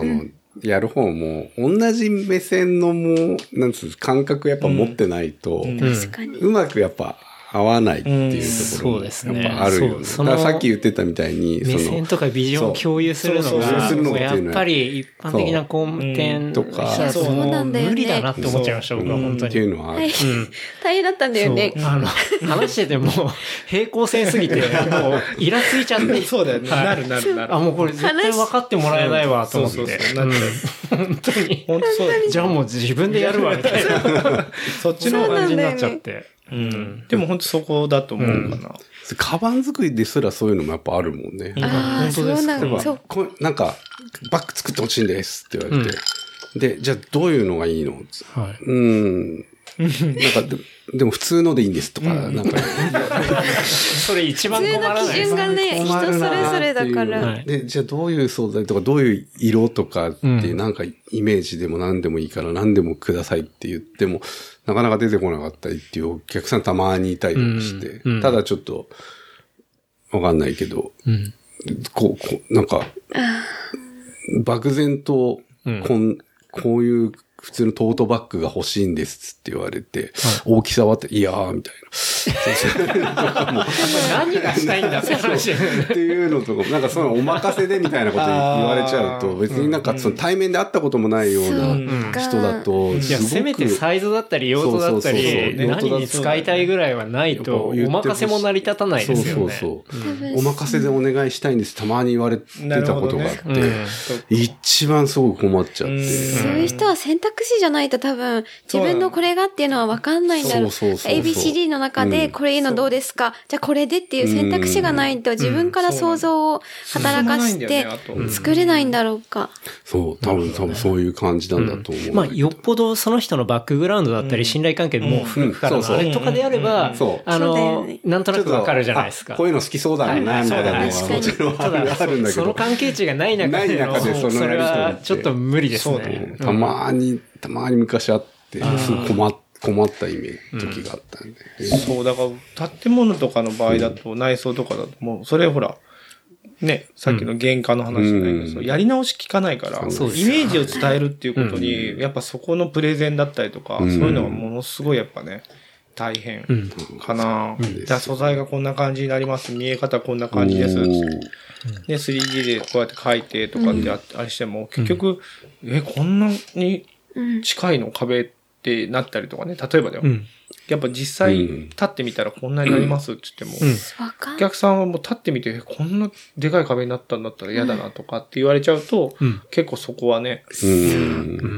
やる方も、同じ目線のもう、なんつう感覚やっぱ持ってないと、 うん、確かに。 うまくやっぱ合わないっていうところもやっぱあるよね。うん、そうですね。だからさっき言ってたみたいに、 目線とかビジョンを共有するのが、やっぱり一般的な工務店とか、そうもう無理だなって思っちゃいました、僕は本当に。 っていうのはある。 大変だったんだよね。 あの、話してても平行線すぎて、もうイラついちゃって。 そうだよね。なるなるなる。 あ、もうこれ絶対分かってもらえないわと思って。そうそうそう。なっちゃう。本当に。本当そう。じゃあもう自分でやるわみたいな。 そっちの感じになっちゃって。 うん、でも本当そこだと思うかな、うん。 カバン作りですらそういうのもやっぱあるもんね。 ああ、そうなんだ。 こなんか、バッグ作ってほしいんですって言われて。うん、で、じゃあどういうのがいいの、はい、うん。なんかで、でも普通のでいいんですとか、うん、なんか。 それ一番困らない。 普通の基準がね、人それぞれだから。 で、じゃあどういう素材とか、どういう色とかっていう、なんかイメージでも何でもいいから何でもくださいって言っても、なかなか出てこなかったりっていうお客さんたまにいたりとかして、うん、ただちょっと、わかんないけど、うん、こう、こう、なんか、漠然と、こん、こういう普通のトートバッグが欲しいんですって言われて、はい、大きさはって、いやー、みたいな。何がしたいんだって話。 っていうのとか、なんかそのお任せでみたいなこと言われちゃうと、別になんかその対面で会ったこともないような人だと、 いや、せめてサイズだったり用途だったり、何に使いたいぐらいはないと、お任せも成り立たないですよね。そうそうそう。お任せでお願いしたいんです、たまに言われてたことがあって、一番すごく困っちゃって。 そういう人は選択肢じゃないと多分、自分のこれがっていうのは分かんないんだろう。エービーシーディー の中で、これいいのどうですか、じゃあこれでっていう選択肢がないと自分から想像を働かして作れないんだろうか。 そう、多分多分そういう感じなんだと思う。 うん、まあ、よっぽどその人のバックグラウンドだったり信頼関係もう古くからのあれとかであれば、あの、なんとなくわかるじゃないですか。 こういうの好きそうだな、みたいなのはもちろんあるんだけど。 その関係値がない中での、それはちょっと無理ですね。 たまに、たまに昔あって、すごい困って、困ったイメージ、時があったんで、 うん。そう、だから建物とかの場合だと、内装とかだと、もうそれほら、ね、さっきの原価の話じゃないけど、うん、やり直し聞かないから、イメージを伝えるっていうことに、うん、やっぱそこのプレゼンだったりとか、うん、そういうのがものすごいやっぱね、大変かな。うん、じゃあ素材がこんな感じになります。見え方こんな感じです。で、スリーディー でこうやって書いてとかってあれしても、結局、うん、え、こんなに近いの壁ってってなったりとかね、例えばだよ。うん、やっぱ実際立ってみたらこんなになりますって言っても、うん、お客さんはもう立ってみて、こんなでかい壁になったんだったら嫌だなとかって言われちゃうと、うん、結構そこはね、うん、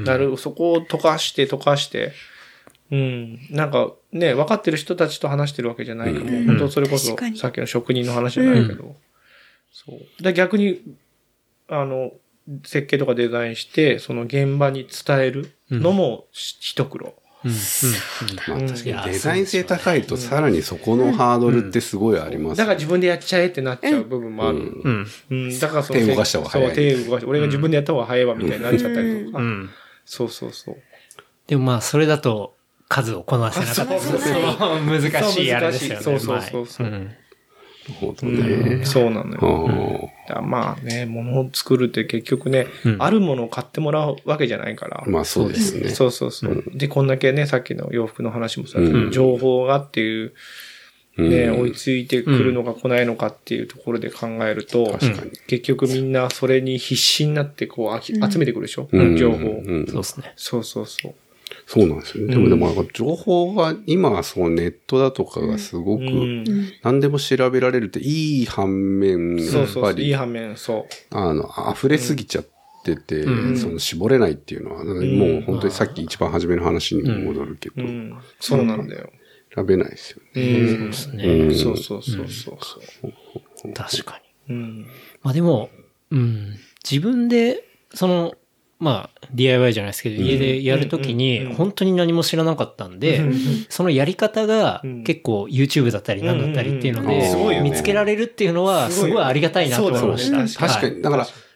なる、そこを溶かして溶かして、うん、なんかね、分かってる人たちと話してるわけじゃないけど、うん、本当それこそさっきの職人の話じゃないけど、うん、そう。で逆に、あの、設計とかデザインして、その現場に伝えるのも一苦労。 うんうんまあ、確かにデザイン性高いとさらにそこのハードルってすごいあります、ね、 だから自分でやっちゃえってなっちゃう部分もある。うんうん、だからその手動かした方が早い。 そう、手動かして、俺が自分でやった方が早いわみたいになっちゃったりとか。うん、そうそうそう。 でもまあそれだと数をこなせなかったりする。難しいあれですよね。 そうそうそうそう。 なるほどね、 うん。そうなのよ。だまあね、物を作るって結局ね、うん、あるものを買ってもらうわけじゃないから。 まあそうですね。 そうそうそう。うん、で、こんだけね、さっきの洋服の話もさ、うん、情報がっていう、ね、うん、追いついてくるのか来ないのかっていうところで考えると、うん、結局みんなそれに必死になってこう、うん、集めてくるでしょ、うん、情報を、うん。 そうですね。 そうそうそう。 そうなんですよね。でもでもなんか情報が今はそうネットだとかがすごく何でも調べられるっていい反面やっぱりそうそういい反面そうあの溢れすぎちゃってて、うん、その絞れないっていうのは、うん、もう本当にさっき一番初めの話に戻るけど、うんうん、 そうなんだよ。 選べないですよね。 うん、そうですね、 うん。そうそうそうそうそう。確かに。うん、まあでも、うん、自分でそのまあ ディーアイワイ じゃないですけど、家でやるときに本当に何も知らなかったんで、そのやり方が結構 YouTube だったり何だったりっていうので、見つけられるっていうのはすごいありがたいなと思いました。 確かに。だから、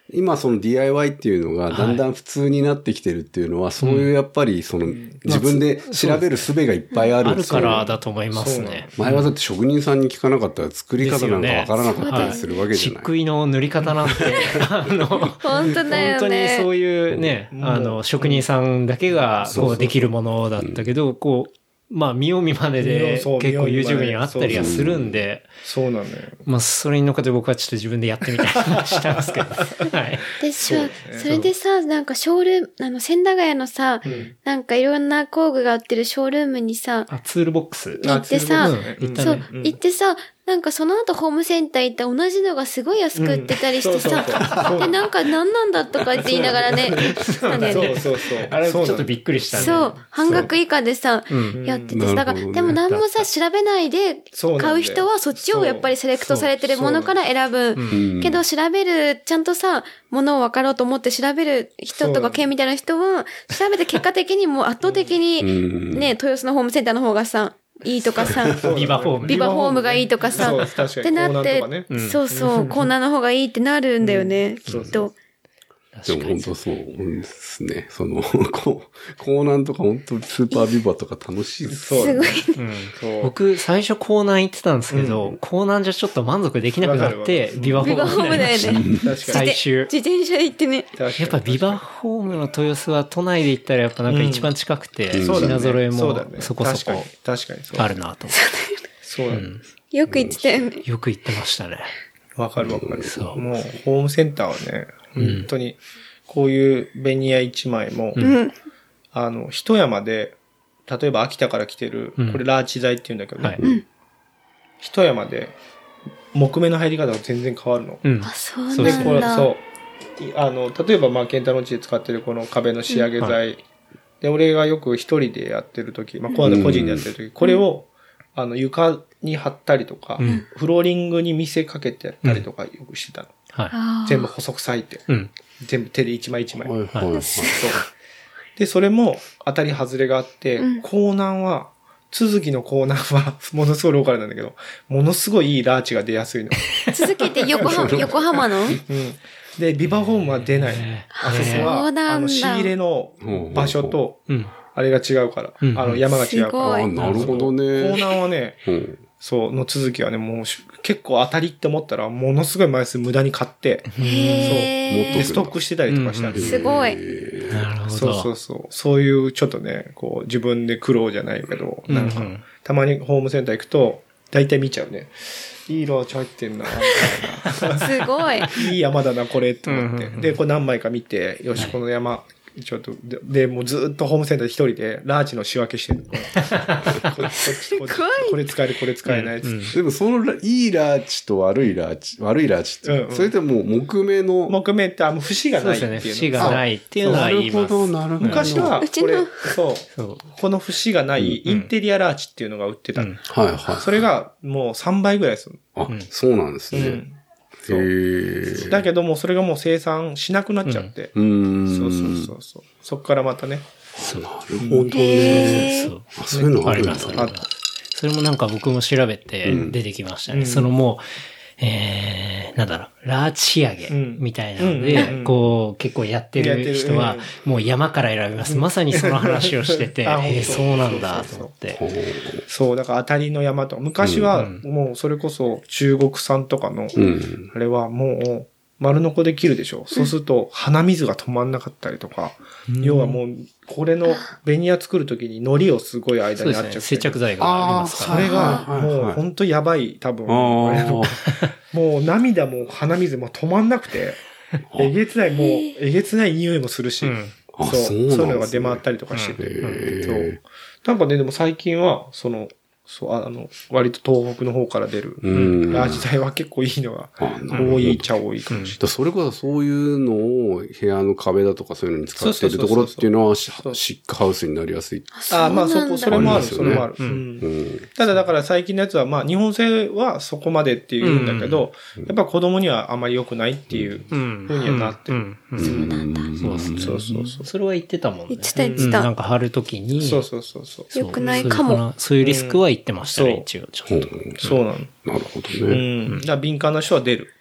今その ディーアイワイ っていうのがだんだん普通になってきてるっていうのは、はい、そういうやっぱりその、うん、自分で調べる術がいっぱいある、 うん、あるからだと思いますね。 前はだって職人さんに聞かなかったら作り方なんかわからなかったりするわけじゃない。 漆喰の塗り方なんて、あの、 本当だよね。 本当にそういうね、あの、職人さんだけがこうできるものだったけど、こう、まあ、見よう見まねで結構 YouTube にあったりはするんで。 そうなのよ。 まあ、それに乗っかって僕はちょっと自分でやってみたりしたんですけど。はい。 でさ、それでさ、なんかショールーム、あの、千駄ヶ谷のさ、うん、なんかいろんな工具が売ってるショールームにさ、 あ、ツールボックス行ってさ、そう、行ってさ、なんかその後ホームセンター行った同じのがすごい安く売ってたりしてさ、で、なんか何なんだとかって言いながらね、 なんだよね。そうそうそう。 あれちょっとびっくりしたね。 そう、半額以下でさ、やってて、だから、でも何もさ、調べないで買う人はそっちをやっぱりセレクトされてるものから選ぶ。けど調べる、ちゃんとさ、ものを分かろうと思って調べる人とか系みたいな人は、調べて結果的にもう圧倒的に、ね、豊洲のホームセンターの方がさ、いいとかさ、 ビバホーム。 ビバホームがいいとかさ、ってなって、そうそう、コーナーの方がいいってなるんだよね、きっと。 でも本当そうですね。その、こう、コーナンとか本当スーパービバとか楽しいです。 すごい。 僕、最初コーナン行ってたんですけど、コーナンじゃちょっと満足できなくなって、ビバホーム。 ビバホームだよね。 最終。 自転車行ってね。 やっぱビバホームの豊洲は都内で行ったらやっぱなんか一番近くて、品揃えもそこそこあるなと。 そうだね。 よく行ってたよね。 よく行ってましたね。 わかるわかる。もう、ホームセンターはね、本当に、こういうベニヤ一枚も、うん、あの、一山で、例えば秋田から来てる、うん、これラーチ材って言うんだけどね、はい、一山で、木目の入り方が全然変わるの。 うん、あ、そうなんだ。 そう。あの、例えば、まあ、ケンタロウんちで使ってるこの壁の仕上げ材、うん、で、俺がよく一人でやってるとき、まあ、こう個人でやってるとき、うん、これを、あの、床に貼ったりとか、うん、フローリングに見せかけてやったりとかよくしてたの。はい、全部細く裂いて、うん、全部手で一枚一枚。はいはいはい、そうで、それも当たり外れがあって、うん、コーナンは、続きのコーナンはものすごいローカルなんだけど、ものすごいいいラーチが出やすいの。 続きって横浜、横浜の、うん、 で、ビバホームは出ない。あそこは、あの、仕入れの場所と、あれが違うから、うん、あの、山が違うから。 あ、なるほどね。 コーナンはね、うんそう、の続きはね、もう結構当たりって思ったら、ものすごい枚数無駄に買って、そう、で、ストックしてたりとかしたんです。 すごい。 なるほど。 そうそうそう。そういうちょっとね、こう、自分で苦労じゃないけど、なんか、たまにホームセンター行くと、大体見ちゃうね。いいラーチ入ってんな、みたいな。 すごい。 いい山だな、これ、って思って。で、これ何枚か見て、よし、この山、ちょっと、で、でもうずっとホームセンターで一人で、ラーチの仕分けしてる。これ、これ使える、これ使えない、うん。 でも、その、いいラーチと悪いラーチ、悪いラーチって、うんうん、それってもう木目の。 木目って、あの、節がないっていうの。 そうですね、節がないっていうのは言います。なるほど、 なるほど。 昔は、これ、そう、そう、この節がないインテリアラーチっていうのが売ってた。うんうん、 はいはい。 それが、もうさんばいぐらいする。 あ、そうなんですね。うんそうだけども、それがもう生産しなくなっちゃって。うん。そうそうそうそう。そっからまたね。 なるほどね。そう。そういうのあるんだ。 それもなんか僕も調べて出てきましたね。うん、そのもう、えー、なんだろう、ラーチ仕上げみたいなので、うん、こう、結構やってる人は、もう山から選びます。うん、まさにその話をしてて、えー、そうなんだと思って。 そう、だから当たりの山とか、昔はもうそれこそ中国産とかの、あれはもう、丸のこで切るでしょ。そうすると、鼻水が止まんなかったりとか、うん、要はもう、これのベニヤ作るときに海苔をすごい間にあっちゃって。 接着剤がありますから。 それが、もう本当やばい、多分。もう涙も鼻水も止まんなくて、えげつない、もう、えげつない匂いもするし、うん、そう、そういうのが出回ったりとかしてて。うん、そう。なんかね、でも最近は、その、そう、あの、割と東北の方から出る、ラージ材は結構いいのが多いっちゃ多いかもしれない。 それこそそういうのを部屋の壁だとかそういうのに使ってるところっていうのはシックハウスになりやすい。 ああ、まあそこ、それもある、それもある。ただだから最近のやつは、まあ日本製はそこまでっていうんだけど、やっぱ子供にはあまり良くないっていう風にはなってる。 そうなんだ。 そうそうそう。それは言ってたもんね。 言ってた言ってた。 なんか貼るときに。 そうそうそうそう。 良くないかも。 そういうリスクは言ってましたね、一応。ちょっと。 そうなの。 なるほどね。 うん。だから敏感な人は出る。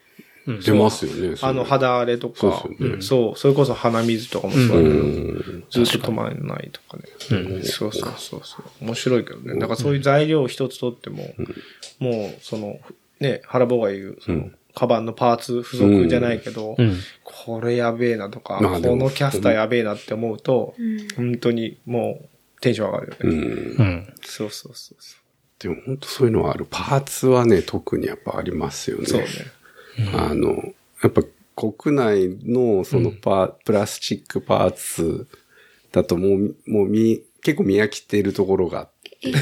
出ますよね。 あの、肌荒れとか、そう、ね、そう、それこそ鼻水とかもそうだけど、うん、ずっと止まらないとかね。うん、そうそうそうそう。面白いけどね。だからそういう材料一つとっても、うん、もう、その、ね、原坊が言う、その、うん、カバンのパーツ付属じゃないけど、うん、これやべえなとか、まあ、このキャスターやべえなって思うと、うん、本当にもうテンション上がるよね。うん、そうそうそうそう。 でも本当そういうのはある。パーツはね、特にやっぱありますよね。そうね。うん、あの、やっぱ国内のそのパー、うん、プラスチックパーツだともう、もう見、結構見飽きてるところがあって、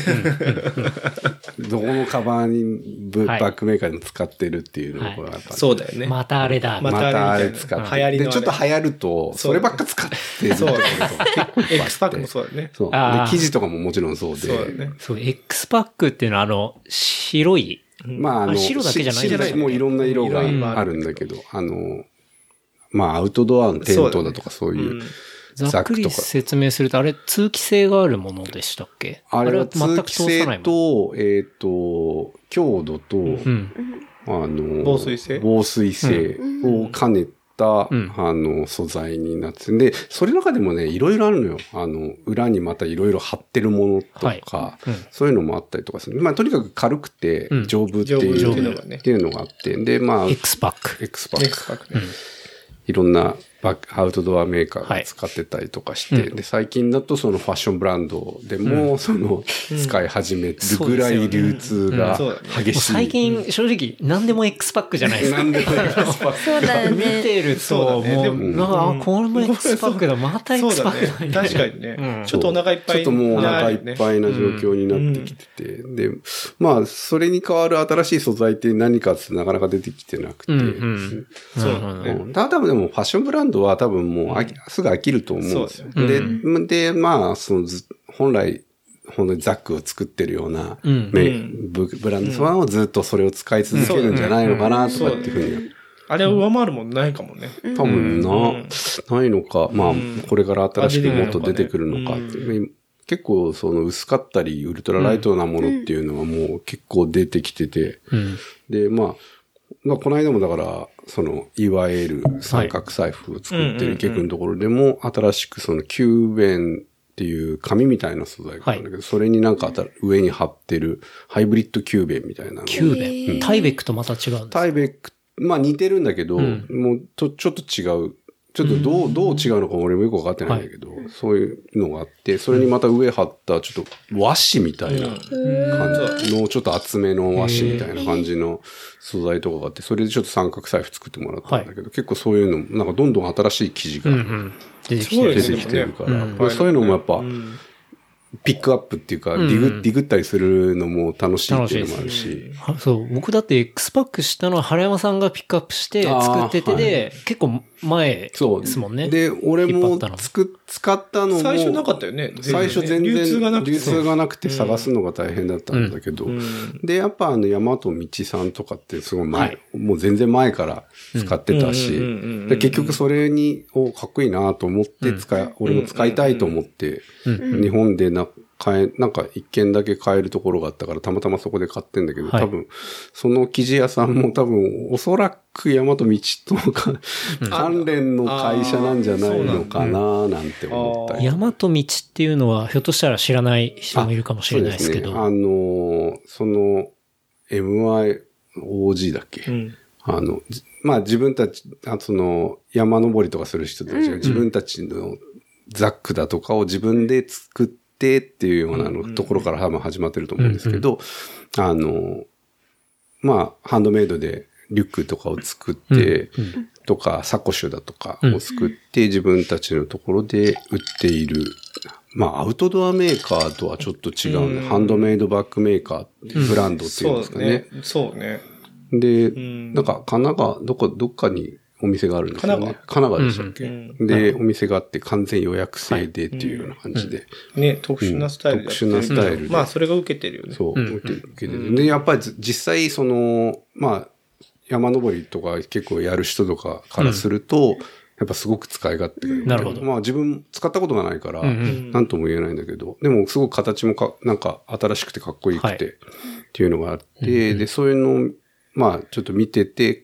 どこのカバンにバックメーカーでも使ってるっていうのがやっぱ、はい、 そうだよね。 またあれだ。 またあれ使って。流行りので、ちょっと流行ると、そればっか使ってる。 そうだね。X パックもそうだよね。 そう。で、生地とかももちろんそうで。 そうだね。 そう、X パックっていうのはあの、白い。 まあ、あの、 白だけじゃないじゃない。 もういろんな色があるんだけど、あの、まあ、アウトドアのテントだとかそういう。 ざっくり説明すると、あれ、通気性があるものでしたっけ？ あれは通気性と、えっと、強度と、うん、あの、 防水性防水性を兼ねた、うん、あの、素材になってで、それの中でもね、いろいろあるのよ。あの、裏にまたいろいろ貼ってるものとか、はいうん、そういうのもあったりとかする。まあ、とにかく軽くて丈夫っていう、うん、っていうのがあって、で、まあ、 X パック。 X パック。X パックね。うん、いろんな、アウトドアメーカーが使ってたりとかして、はいうん、で、最近だとそのファッションブランドでも、うん、その、使い始めるぐらい流通が激しい。 最近、正直、何でも X パックじゃないですか。何でも X パック。 そうだよね。 見てると、もう、なんか、あ、これも X パックだ、また X パックだ、 ね。確かにね。ちょっとお腹いっぱい。 ちょっともうお腹いっぱいな状況になってきてて、で、まあ、それに代わる新しい素材って何かってなかなか出てきてなくて。そうだね。ただ多分でもファッションブランドは多分もう、すぐ飽きると思うんですよ。で、うん、で、まあ、そのず、本来、本当にザックを作ってるような、うん、ブ, ブランドさんはずっとそれを使い続けるんじゃないのかな、とかっていうふうに。 あれを上回るもんないかもね。 多分な、うん、ないのか、まあ、これから新しくもっと出てくるのかって。うん、結構、その薄かったり、ウルトラライトなものっていうのはもう結構出てきてて、うん、で、まあ、まあ、この間もだから、その、いわゆる三角財布を作ってる池くんのところでも、新しくその、キューベンっていう紙みたいな素材があるんだけど、はい、それになんか上に貼ってるハイブリッドキューベンみたいなの。 キューベン、うん、タイベックとまた違うんですか？ タイベック、まあ似てるんだけど、うん、もうと、ちょっと違う。ちょっとどう、どう違うのか俺もよくわかってないんだけど、はい、そういうのがあって、それにまた上貼ったちょっと和紙みたいな感じの、ちょっと厚めの和紙みたいな感じの素材とかがあって、それでちょっと三角財布作ってもらったんだけど、はい、結構そういうのも、なんかどんどん新しい生地が出てきてるから、うん、そういうのもやっぱ、うんピックアップっていうか、ディグ、うん、ディグったりするのも楽しいっていうのもあるし。 そう、僕だって X パックしたのは原山さんがピックアップして作っててで、はい、結構前ですもんね。 で、俺もつく、使ったのも。 最初なかったよね。 最初全然流通がなくて。流通がなくて探すのが大変だったんだけど。うんうん、で、やっぱあの山と道さんとかってすごい前、はい、もう全然前から使ってたし、で結局それに、お、かっこいいなと思って使い、うん、俺も使いたいと思って、うん、日本でな、買え、なんか一軒だけ買えるところがあったからたまたまそこで買ってんだけど、はい、多分、その生地屋さんも多分、おそらく山と道とか、うん、関連の会社なんじゃないのかななんて思ったり。 山と道っていうのは、ひょっとしたら知らない人もいるかもしれないですけど。 あ、そうですね、あの、その、エムアイオージー だっけ、うん、あの、まあ自分たち、あその、山登りとかする人たちが自分たちのザックだとかを自分で作ってっていうようなのところから多分始まってると思うんですけど、あの、まあ、ハンドメイドでリュックとかを作って、とか、サコッシュだとかを作って、自分たちのところで売っている、まあ、アウトドアメーカーとはちょっと違うね。ハンドメイドバッグメーカー、ブランドっていうんですかね。 そうね。 で、なんか、神奈川、どこ、どっかに、お店があるんですよね。神奈川でしたっけ、うん、で、お店があって完全予約制でっていうような感じで。はいうん、ね、特殊なスタイルで、 うん。特殊なスタイルで。 まあ、それが受けてるよね。 そう、受けてる。受けてる。で、やっぱり実際、その、まあ、山登りとか結構やる人とかからすると、うん、やっぱすごく使い勝手がいい。 なるほど。 まあ、自分使ったことがないから、なんとも言えないんだけど、でもすごく形もか、なんか新しくてかっこよくて、はい、っていうのがあって、うん、で、そういうのを、まあ、ちょっと見てて、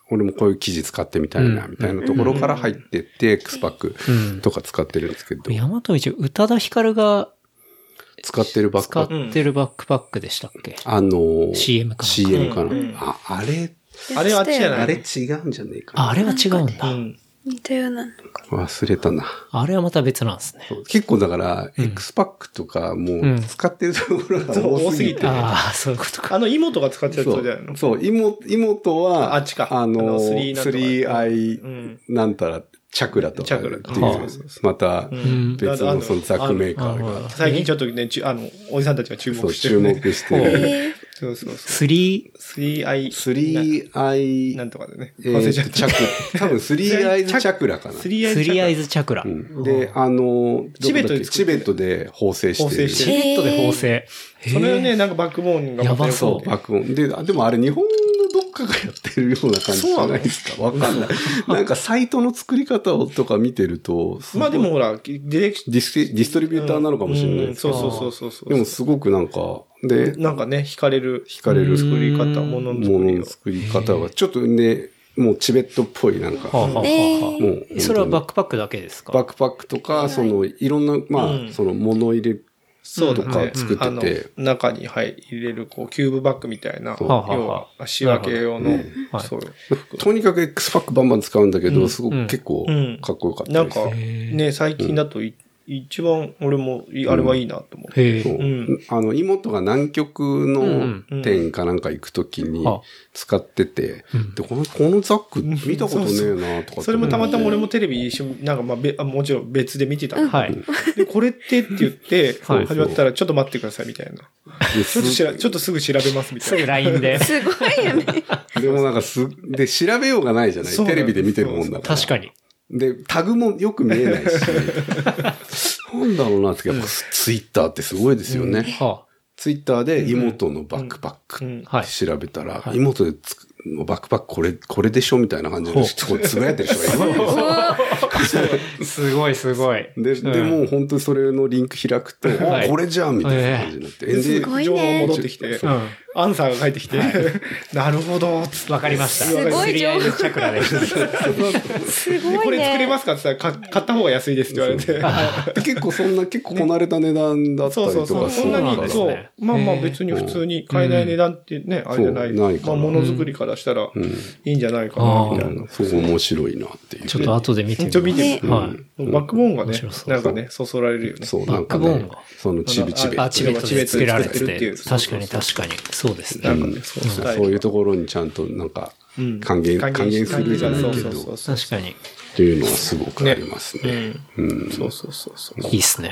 俺もこういう記事使ってみたいな、みたいなところから入ってって、X パックとか使ってるんですけど。 大和道、宇多田ヒカルが使ってるバックパック。 使ってるバックパックでしたっけ？ あのー、 シーエム かな。 シーエム かな。あ、あれ、 あれはあっちじゃない？ あれ違うんじゃねえかな。 あ、あれは違うんだ。 似たようなのか。 忘れたな。 あれはまた別なんですね。 結構だから、うん、X パックとかもう使ってるところが多すぎて。 うん、 ああ、そういうことか。 あの妹が使ってるやつじゃないの？ そう、妹、妹は、 あっちか。 あの、スリーアイ なんたら、チャクラとか。 チャクラっていう、また、別のそのザクメーカーが。 最近ちょっとね、あの、おじさんたちが注目してる、ね。そう、注目してる。 そうそうそう。 スリー、 スリーアイ。 スリーアイ。 なんとかでね。 えー、チャクラ。多分スリーアイズチャクラかな。 スリーアイズチャクラ。 で、あの、 チベットで、 チベットで縫製してる。 チベットで縫製。 それをね、なんかバックボーンがやばそう。 バックボーン。で、でもあれ日本のどっかがやってるような感じじゃないですか。わかんない。なんかサイトの作り方をとか見てると。 まあでもほら、ディレクディス、ディストリビューターなのかもしれないですけど。 そうそうそうそう。 でもすごくなんか、で、 なんかね、惹かれる。 惹かれる。 作り方、ものの作り。 ものの作り方が、ちょっとね、もうチベットっぽいなんか。 はあはあはあ、もうそれはバックパックだけですか？ バックパックとか、その、いろんな、まあ、うん、その物入れとか作ってて、 うんうん、中に入れる、こう、キューブバッグみたいな、要は、仕分け用の、うん、そういう。 とにかく X パックバンバン使うんだけど、すごく結構かっこよかったです。 なんか、ね、最近だと一番俺も、あれはいいなと思って。 そう。あの、妹が南極の店かなんか行くときに使ってて、で、この、このザック見たことねえなとか。 それもたまたま俺もテレビ一緒に、なんかまあ、べもちろん別で見てたの。はい。で、これってって言って、始まったらちょっと待ってくださいみたいな。ちょっとしら、ちょっとすぐ調べますみたいな。 すぐ ライン で。 すごいよね。 でもなんかす、で、調べようがないじゃない。テレビで見てるもんだから。 確かに。 で、タグもよく見えないし、なんだろうなって、やっぱツイッターってすごいですよね。ツイッターで妹のバックパックって調べたら、妹でつくバックパックこれ、これでしょみたいな感じで、つぶやいてる人がいるわけですよ。 すごいすごい。 で、でも本当にそれのリンク開くと、これじゃんみたいな感じになって。 で、情報戻ってきて、アンサーが返ってきて、なるほど、 わかりました。 すごい情報。 チャクラです。 すごいね。 これ作れますかって言ったら、買った方が安いですって言われて。 結構そんな、結構こなれた値段だったりとか。 そうそうそう。そんなに、そう。まあまあ別に普通に買えない値段ってね、あれじゃない。まあものづくりからしたら、いいんじゃないかな、みたいな。 すごい面白いなっていう。 ちょっと後で見てみます。 ちょっと見てみはい。バックボーンがね、なんかね、そそられるよね。 そう、 バックボーンが。 そのチビチベ。 あ、チベットで作られてて。確かに確かに。そうですね。 そういうところにちゃんとなんか、還元、還元するじゃないけど。 確かに。 っていうのはすごくありますね。 そうそうそうそう。 いいっすね。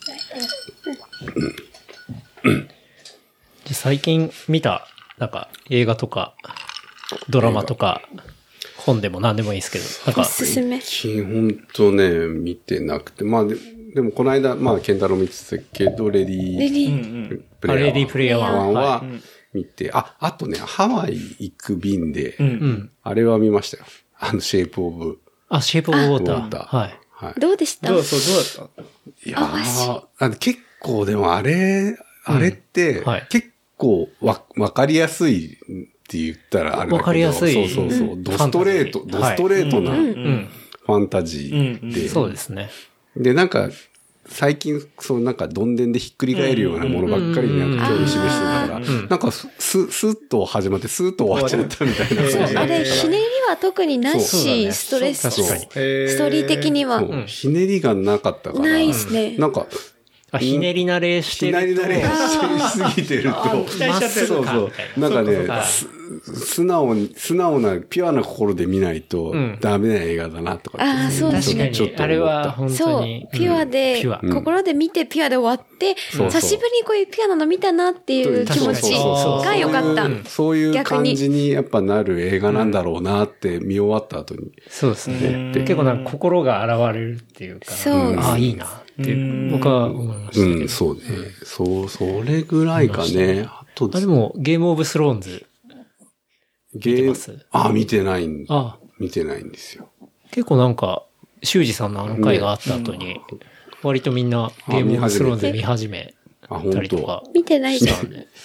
最近見た、なんか映画とか、ドラマとか、本でも何でもいいですけど、なんか。 おすすめ。 基本とね、見てなくて、まあで、でもこの間、まあ、ケンタロウ見てたけど、レディープレイヤー。レディープレイヤーワンは見て、あ、あとね、ハワイ行く便で、あれは見ましたよ。あの、シェイプオブ。 あ、シェイプオブウォーター。はい。 はい。どうでした？ どう、そう、どうだった？ いやー、あの結構でもあれ、あれって、結構わ、わかりやすいって言ったらあれだけど。 わかりやすい。 そうそうそう。ドストレート、ドストレートなファンタジーで。 そうですね。 で、なんか、最近、そう、なんか、どんでんでひっくり返るようなものばっかりになんか興味示してるから、なんか、ス、スッと始まって、スーッと終わっちゃったみたいな。 そう、あれ、ひねりは特になし、ストレス、ストーリー的には。 ひねりがなかったから。 ないですね。 なんか、 ひねり慣れしてると。 ひねり慣れしすぎてると。 期待しちゃってるそうそう。なんかね、素直に、素直な、ピュアな心で見ないと、ダメな映画だなとか。 ああ、そうですね。 確かに。あれは本当に。 そう、ピュアで、心で見てピュアで終わって、久しぶりにこういうピュアなの見たなっていう気持ちが良かった。 そういう感じにやっぱなる映画なんだろうなって見終わった後に。 そうですね。結構なんか心が現れるっていうか、ああ、いいな。って僕は思いました。 うん、そうね。そう、それぐらいかね。あと、 あ、でも、ゲームオブスローンズ。 ゲーム、あ、見てないん、あ見てないんですよ。 結構なんか、修二さんのあの回があった後に、割とみんなゲームオブスローンズ見始めたりとか。 見てないです。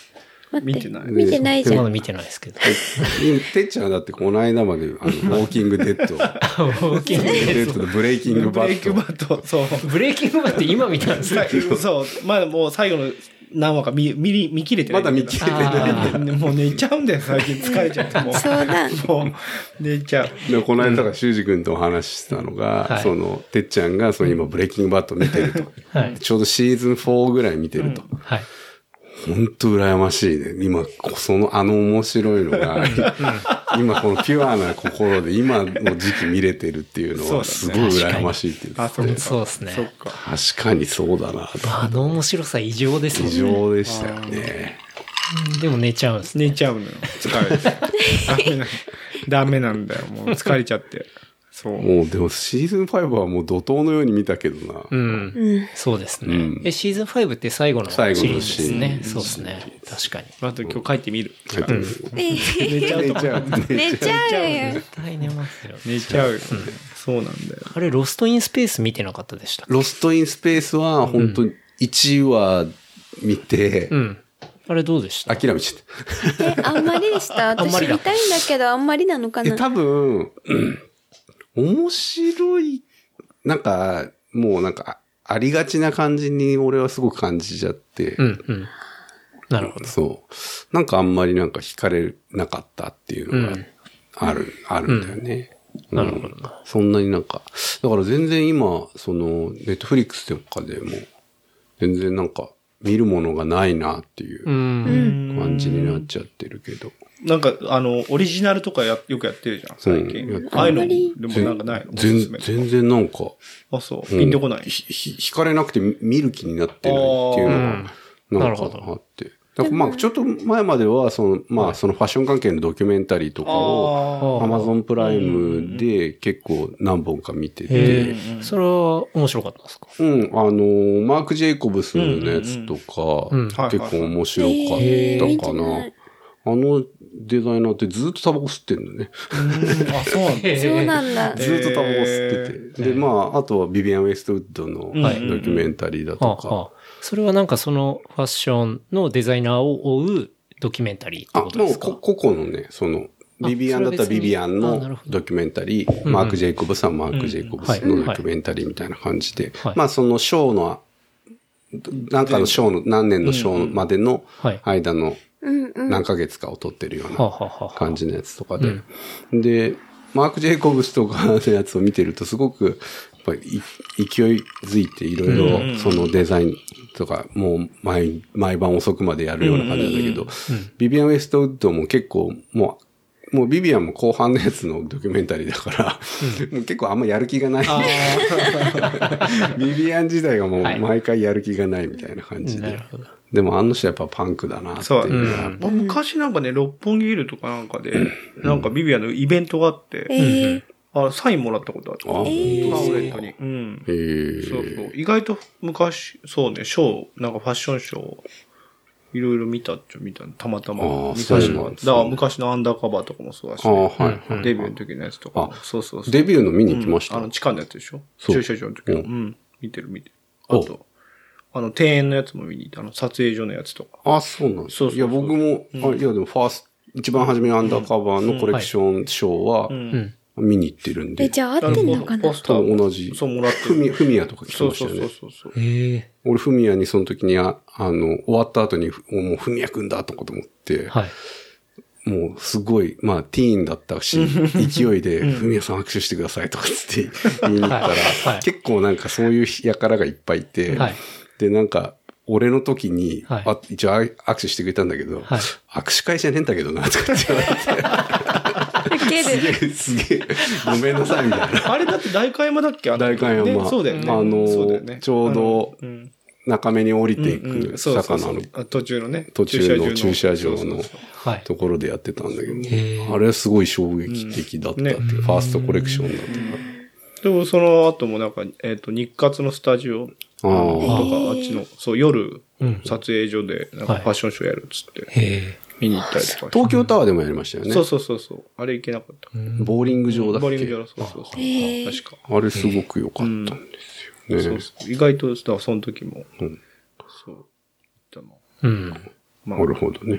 見てない。 見てないじゃん。 まだ見てないですけど。 てっちゃんだってこの間まで、あの、ウォーキングデッド。ウォーキングデッドとブレイキングバット。 ブレイキングバット、そう。 ブレイキングバット今見たんですか？ そう。まだもう最後の何話か見、見、見切れてない。 まだ見切れてない。 もう寝ちゃうんだよ、最近疲れちゃって。もう。 そうだ。 もう、寝ちゃう。 でこの間、だから、修二君とお話ししたのが、うん、その、てっちゃんが、その今、ブレイキングバット見てると。はい、ちょうどシーズンフォーぐらい見てると。うん、はい。本当羨ましいね。今、その、あの面白いのが、今このピュアな心で今の時期見れてるっていうのは、すごい羨ましいっていう。 あ、そうですね。 確かにそうだなと。 あの面白さ異常ですね。異常でしたよね。 でも寝ちゃうんですね。寝ちゃうのよ。疲れて。ダメなんだよ。もう疲れちゃって。そう。 もうでもシーズンファイブはもう怒涛のように見たけどな。 うん。そうですね。うん、え、シーズンファイブって最後のシリーズですね。そうですね。確かに。 また今日帰ってみる。 うん、 寝ちゃう。寝ちゃう。 寝ちゃうよ。 絶対寝ますよ。 寝ちゃうよ。そうなんだよ。 あれ、ロストインスペース見てなかったでしたっけ？ ロストインスペースは本当にいちわ見て、 うん。あれどうでした？ 諦めちゃった。え、あんまりでした。私見たいんだけど、あんまりなのかな。 え、多分、面白い、なんか、もうなんか、ありがちな感じに俺はすごく感じちゃって。 うんうん。なるほど。 そう。なんかあんまりなんか惹かれなかったっていうのがある、うん、あるんだよね。 うん、なるほど、うん。 そんなになんか、だから全然今、その、ネットフリックスとかでも、全然なんか、見るものがないなっていう感じになっちゃってるけど。 なんか、あの、オリジナルとかやよくやってるじゃん、最近。うん、ああいうのでもなんかないの？ 全全然なんか。 あ、そう。ピンとこない、うん、 ひ、惹かれなくて見る気になってないっていうのが、なんかあって。だからまあ、ちょっと前までは、その、まあ、そのファッション関係のドキュメンタリーとかを、アマゾンプライムで結構何本か見てて。 それは面白かったですか？ うん、あの、マーク・ジェイコブスのやつとか、結構面白かったかな。あのデザイナーってずっとタバコ吸ってんのね。 あ、そうなんだ。 そうなんだ。 ずっとタバコ吸ってて。で、まあ、あとはビビアン・ウェストウッドのドキュメンタリーだとか。 それはなんかそのファッションのデザイナーを追うドキュメンタリーってことですか？ あ、もう個々のね、その、ビビアンだったらビビアンのドキュメンタリー、マーク・ジェイコブスはマーク・ジェイコブスのドキュメンタリーみたいな感じで、まあそのショーの、なんかのショーの、何年のショーまでの間の何ヶ月かを撮ってるような感じのやつとかで。で、マーク・ジェイコブスとかのやつを見てるとすごく、やっぱり勢いづいていろいろそのデザインとかもう毎毎晩遅くまでやるような感じなんだけど、ビビアン・ウェストウッドも結構もう、もうビビアンも後半のやつのドキュメンタリーだから、もう結構あんまやる気がない。ビビアン時代がもう毎回やる気がないみたいな感じで。はい、でもあの人やっぱパンクだなっていう。そう、 うん、昔なんかね、六本木ヒルとかなんかで、なんかビビアンのイベントがあって、えーあ、サインもらったことあった。あ、パンフレットに。うん。へえ。そうそう。意外と昔、そうね、ショー、なんかファッションショー、いろいろ見たっちゃ見た。たまたま。ああ、そうなんですね。だから昔のアンダーカバーとかもそうだし、ね。ああ、はい、はい。デビューの時のやつとか。あ、そうそうそう。 デビューの見に行きました。 うん、あの、地下のやつでしょ？駐車場の時の。うん。見てる見てる。あと、あの、庭園のやつも見に行った。あの、撮影所のやつとか。 あ、そうなんです。そうそうそう。いや、僕も、うん、あいや、でもファースト、一番初めのアンダーカバーのコレクションショーは、うんうん見に行ってるんで。 え、じゃあ合ってんのかな？ 多分同じ。そう、もらって。ふみ、ふみやとか来てましたよね。そうそうそうそう。へえ。俺、ふみやにその時に、あ、あの、終わった後に、もうふみやくんだとかと思って、はい。もう、すごい、まあ、ティーンだったし、勢いで、ふみやさん握手してくださいとかつって言いに行ったら、はいはい、結構なんかそういう輩がいっぱいいて、はい、で、なんか、俺の時に、はい、あ一応握手してくれたんだけど、はい、握手会じゃねえんだけどな、とかって言われて。すげえ、すげえ、ごめんなさい、みたいな。 あれだって代官山だっけ？ 代官山。 そうだよね。 あの、ね、ちょうど、中目に降りていく坂の、 途中のね。 途中の駐車場のところでやってたんだけど、あれはすごい衝撃的だったっていう、うんね、ファーストコレクションだったから。 でもその後もなんか、えっと、日活のスタジオとか、あっちの、そう、夜、撮影所で、なんかファッションショーやるっつって、見に行ったりとか。 東京タワーでもやりましたよね。 そうそうそうそう。あれ行けなかった。 ボーリング場だっけ？ ボーリング場だ、そうそうそう。確か。 あれすごく良かったんですよね。そうそう。意外と、その時も、そう、行ったな。うん。なるほどね。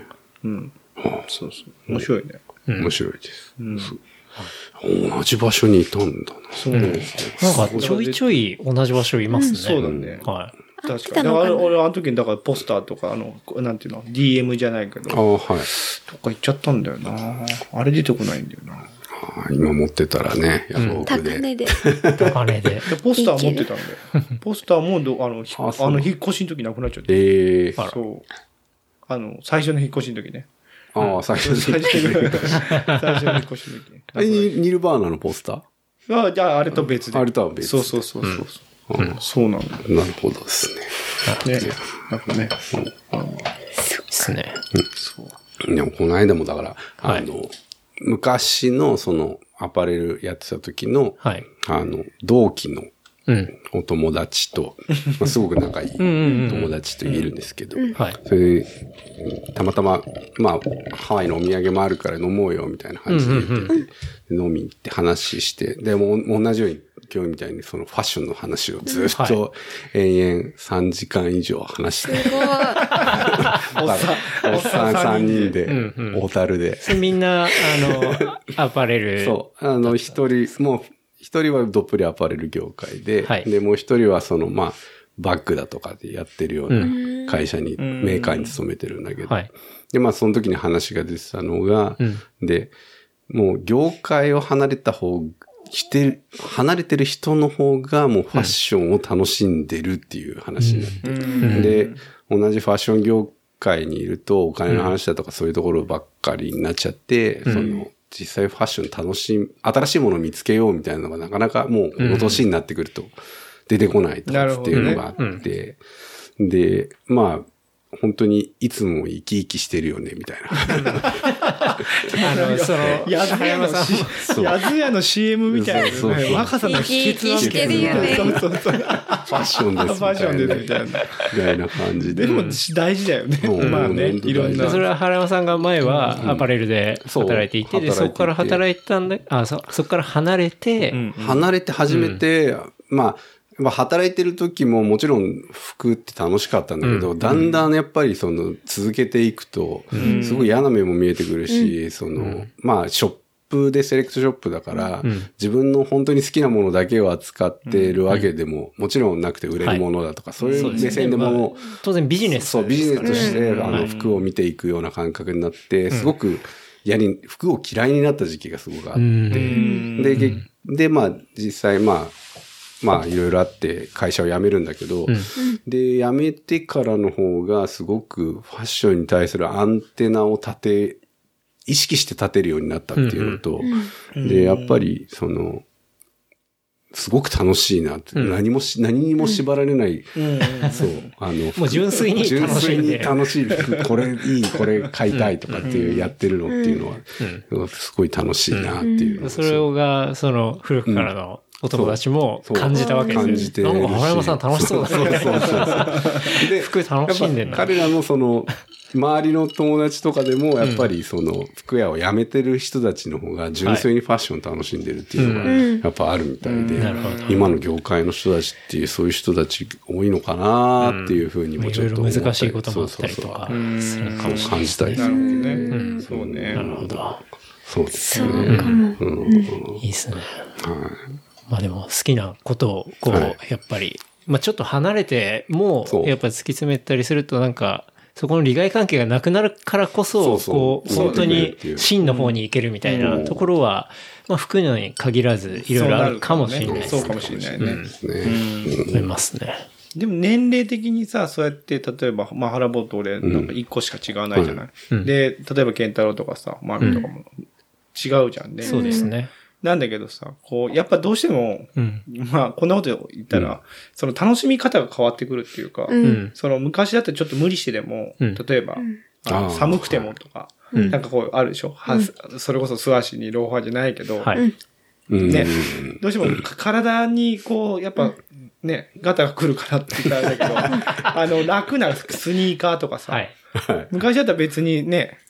うん。そうそう。面白いね。 面白いです。うん同じ場所にいたんだな。 そうなんですよ。なんかちょいちょい同じ場所いますね。 そうだね。 はい。 確かに。だから俺あの時にだからポスターとか、あの、なんていうの、ディーエム じゃないけど。 ああ、はい。 とか行っちゃったんだよな。あれ出てこないんだよな。 ああ、今持ってたらね、ヤフオクで。 高値で。 高値で。 ポスター持ってたんだよ。ポスターもど、あの、あの、引っ越しの時なくなっちゃって。 ええ。 そう。あの、最初の引っ越しの時ね。 ああ、最初の引っ越しの時。 最初の引っ越しの時。 え、ニルバーナのポスターあ、じゃあ、あれと別で。 あれとは別で。 そうそうそうそう。うん、そうなんだ。 なるほどですね。 ね。なんかね。 そうですね。 そう。でも、この間もだから、あの、昔のそのアパレルやってた時の、あの、同期のお友達と、まあ、すごく仲いい友達と言えるんですけど、それで、たまたま、まあ、ハワイのお土産もあるから飲もうよみたいな感じで言ってて、飲み行って話して、でも同じように今日みたいにそのファッションの話をずっと延々さんじかん以上話して、 すごい。 おっさんさんにんで、小樽で。 みんな、あの、アパレル。 そう。あの、一人、もう、一人はどっぷりアパレル業界で、はい、で、もう一人はその、まあ、バッグだとかでやってるような会社に、うん、メーカーに勤めてるんだけど、はい、で、まあ、その時に話が出てたのが、うん、で、もう業界を離れた方、して離れてる人の方がもうファッションを楽しんでるっていう話になって、うん、で、同じファッション業界にいるとお金の話だとかそういうところばっかりになっちゃって、うん、その、実際ファッション楽しみ、新しいものを見つけようみたいなのがなかなかもうこの年になってくると出てこないとかっていうのがあって、ね、で、まあ、本当にいつも生き生きしてるよね、みたいな。 あの、その、 やずやの、やずやの シーエム みたいな、ね。そうそうそう若さの秘訣は生き生きしてるよね。 そうそうそう。ファッションです。 ファッションですみたいな。 みたいな感じで。 でも大事だよね。まあね、いろんな。 それは原山さんが前はアパレルで働いていて、うん、で、そこから働いてたんだ、あ、そ、そこから離れて、うん、 離れて初めて、うん、まあ、まあ、働いてる時ももちろん服って楽しかったんだけど、うん、だんだんやっぱりその続けていくと、すごい嫌な面も見えてくるし、うん、その、まあ、ショップでセレクトショップだから、うん、自分の本当に好きなものだけを扱ってるわけでも、もちろんなくて売れるものだとか、はい、そういう目線でも、 まあ、当然ビジネス。 そう、ビジネスとして、うん、あの、服を見ていくような感覚になって、すごく、やり、服を嫌いになった時期がすごくあって、で、で、まあ、実際、まあ、まあ、いろいろあって会社を辞めるんだけど、うん、で、辞めてからの方がすごくファッションに対するアンテナを立て、意識して立てるようになったっていうのと、うんうん、で、やっぱり、その、すごく楽しいなって、うん、何もし、何にも縛られない、うん、そう、あの、 もう純粋に楽しい。 純粋に楽しい服、これいい、これ買いたいとかっていうやってるのっていうのは、うん、すごい楽しいなっていうの、 うん、それが、その、古くからの、お友達も感じたわけですよ。 感じて。 なんか原山さん楽しそうだね。そうそうそうで、服楽しんでんだ。 彼らのその、周りの友達とかでも、やっぱりその、服屋を辞めてる人たちの方が純粋にファッションを楽しんでるっていうのが、やっぱあるみたいで、今の業界の人たちっていう、そういう人たち多いのかなっていうふうにもちょっと思ったり。 難しいこともあったりとかするかもしれない。 感じたりする。 なるほどね。そうね。 なるほど。 そうですね。 いいっすね。まあでも好きなことをこう、はい、やっぱり、まあちょっと離れてもやっぱ突き詰めたりするとなんかそこの利害関係がなくなるからこそ、こう本当に真の方に行けるみたいなところは、まあ服に限らずいろいろあるかもしれないですね。 そうかもしれないね。 思いますね。 でも年齢的にさ、そうやって、例えば、まあ、原坊と俺、なんか一個しか違わないじゃない、うん、で、例えば、健太郎とかさ、マミとかも違うじゃんね。 そうですね。 なんだけどさ、こう、やっぱどうしても、うん、まあ、こんなこと言ったら、うん、その楽しみ方が変わってくるっていうか、うん、その昔だったらちょっと無理してでも、うん、例えば、うん、あ寒くてもとか、うん、なんかこうあるでしょ、うん、それこそ素足にローファーじゃないけど、はい、ね、どうしても体にこう、やっぱ、ね、ガタが来るからって言ったらあれだけど、あの、楽なスニーカーとかさ、はい、昔だったら別にね、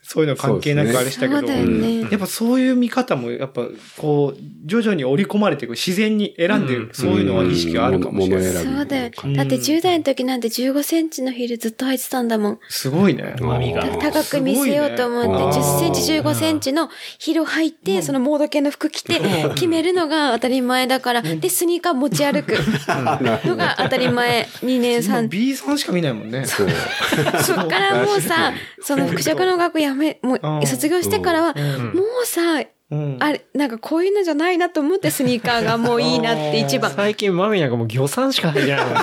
そういうの関係なくあれしたけど、 そうだよね、 やっぱそういう見方も、やっぱこう、徐々に織り込まれていく、自然に選んでる、そういうのは意識があるかもしれない。 そうだよ。だってじゅう代の時なんてじゅうごセンチのヒールずっと履いてたんだもん。 すごいね。 マミが。 高く見せようと思って、じゅっセンチ、じゅうごセンチのヒールを履いて、そのモード系の服着て、決めるのが当たり前だから、で、スニーカー持ち歩くのが当たり前、にねん、さんねん。 ビーさんしか見ないもんね。 そう。 そっからもうさ、その服飾の学校やめ、もう卒業してからは、もうさ、あれ、なんかこういうのじゃないなと思ってスニーカーがもういいなって一番。 最近マミなんかもう魚産しか入ってないもん。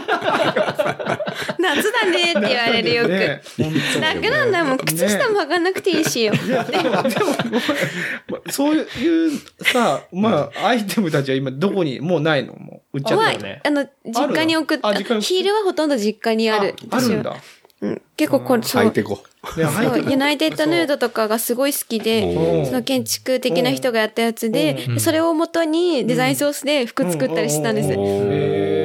夏だねって言われるよく。ね、楽なんだもん。靴下も履かなくていいしよ。 でも、でも、そういうさ、まあ、アイテムたちは今どこにもうないのもう売っちゃったよね。 あの、実家に送った。ヒールはほとんど実家にある。 あるんだ。 うん、結構これ、 そう。履いてこ。 そう、ユナイテッドヌードとかがすごい好きで、その建築的な人がやったやつで、それを元にデザインソースで服作ったりしてたんです。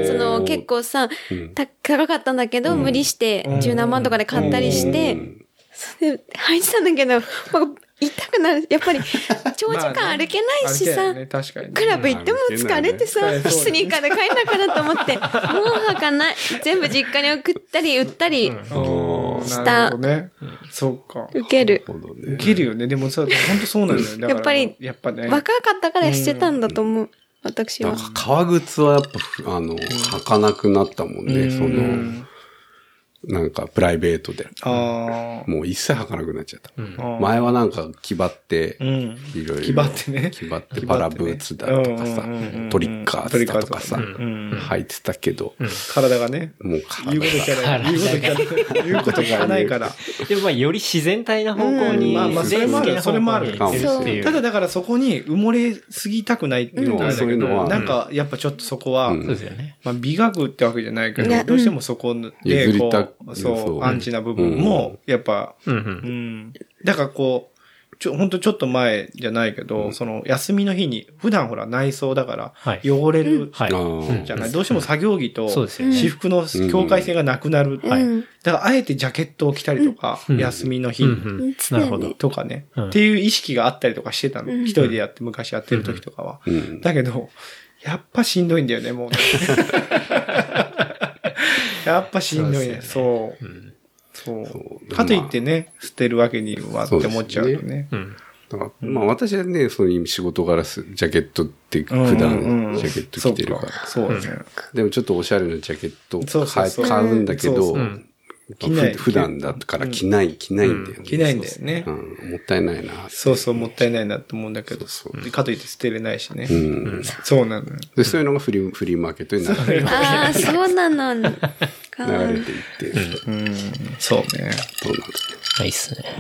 その結構さ、高かったんだけど、無理して十何万とかで買ったりして、それで履いてたんだけど、痛くなる。やっぱり、長時間歩けないしさ、クラブ行っても疲れてさ、スニーカーで帰んなかなと思って、もう履かない。全部実家に送ったり、売ったりした。 ね。そうか。 受ける。 受けるよね。でもさ、本当そうなんだよね。 やっぱり、 やっぱね。 若かったからしてたんだと思う。私は。 革靴はやっぱ、あの、履かなくなったもんね、その、なんか、プライベートで。あもう一切履かなくなっちゃった。うん、前はなんか、気張って、いろいろ。 気張ってね。 気張って、バラブーツだとかさ、トリッカーズだとかさ、履いてたけど。 体がね。 もう体が。 言うこと聞かない。言うこと聞かない。言うこと聞かないから。 でもまあ、より自然体な方向に、 まあまあ、それもある。それもある。 かもしれない。 ただだからそこに埋もれすぎたくないっていうのがあるんだけど、なんか、やっぱちょっとそこは、そうですよね。まあ、美学ってわけじゃないけど、どうしてもそこで、こう、そう、アンチな部分も、やっぱ、うん。だからこう、ちょ、ほんとちょっと前じゃないけど、その、休みの日に、普段ほら内装だから、汚れるじゃない。どうしても作業着と、私服の境界線がなくなる。だからあえてジャケットを着たりとか、休みの日に。なるほど。とかね。っていう意識があったりとかしてたの。一人でやって、昔やってる時とかは。だけど、やっぱしんどいんだよね、もう。やっぱしんどいね。そう。そう。かといってね、捨てるわけにはって思っちゃうとね。 だからまあ私はね、そういう仕事柄ジャケットって普段ジャケット着てるから。 そうね。 でもちょっとおしゃれなジャケット買うんだけど、普段だから着ない、着ないんだよね。 着ないんだよね。 もったいないな。 そうそう、もったいないなと思うんだけど、かといって捨てれないしね。そうなのよ。 で、そういうのがフリー、フリーマーケットになる。 ああ、そうなの。流れていって。 そうね。 そうなんですね。いいっすね。うん。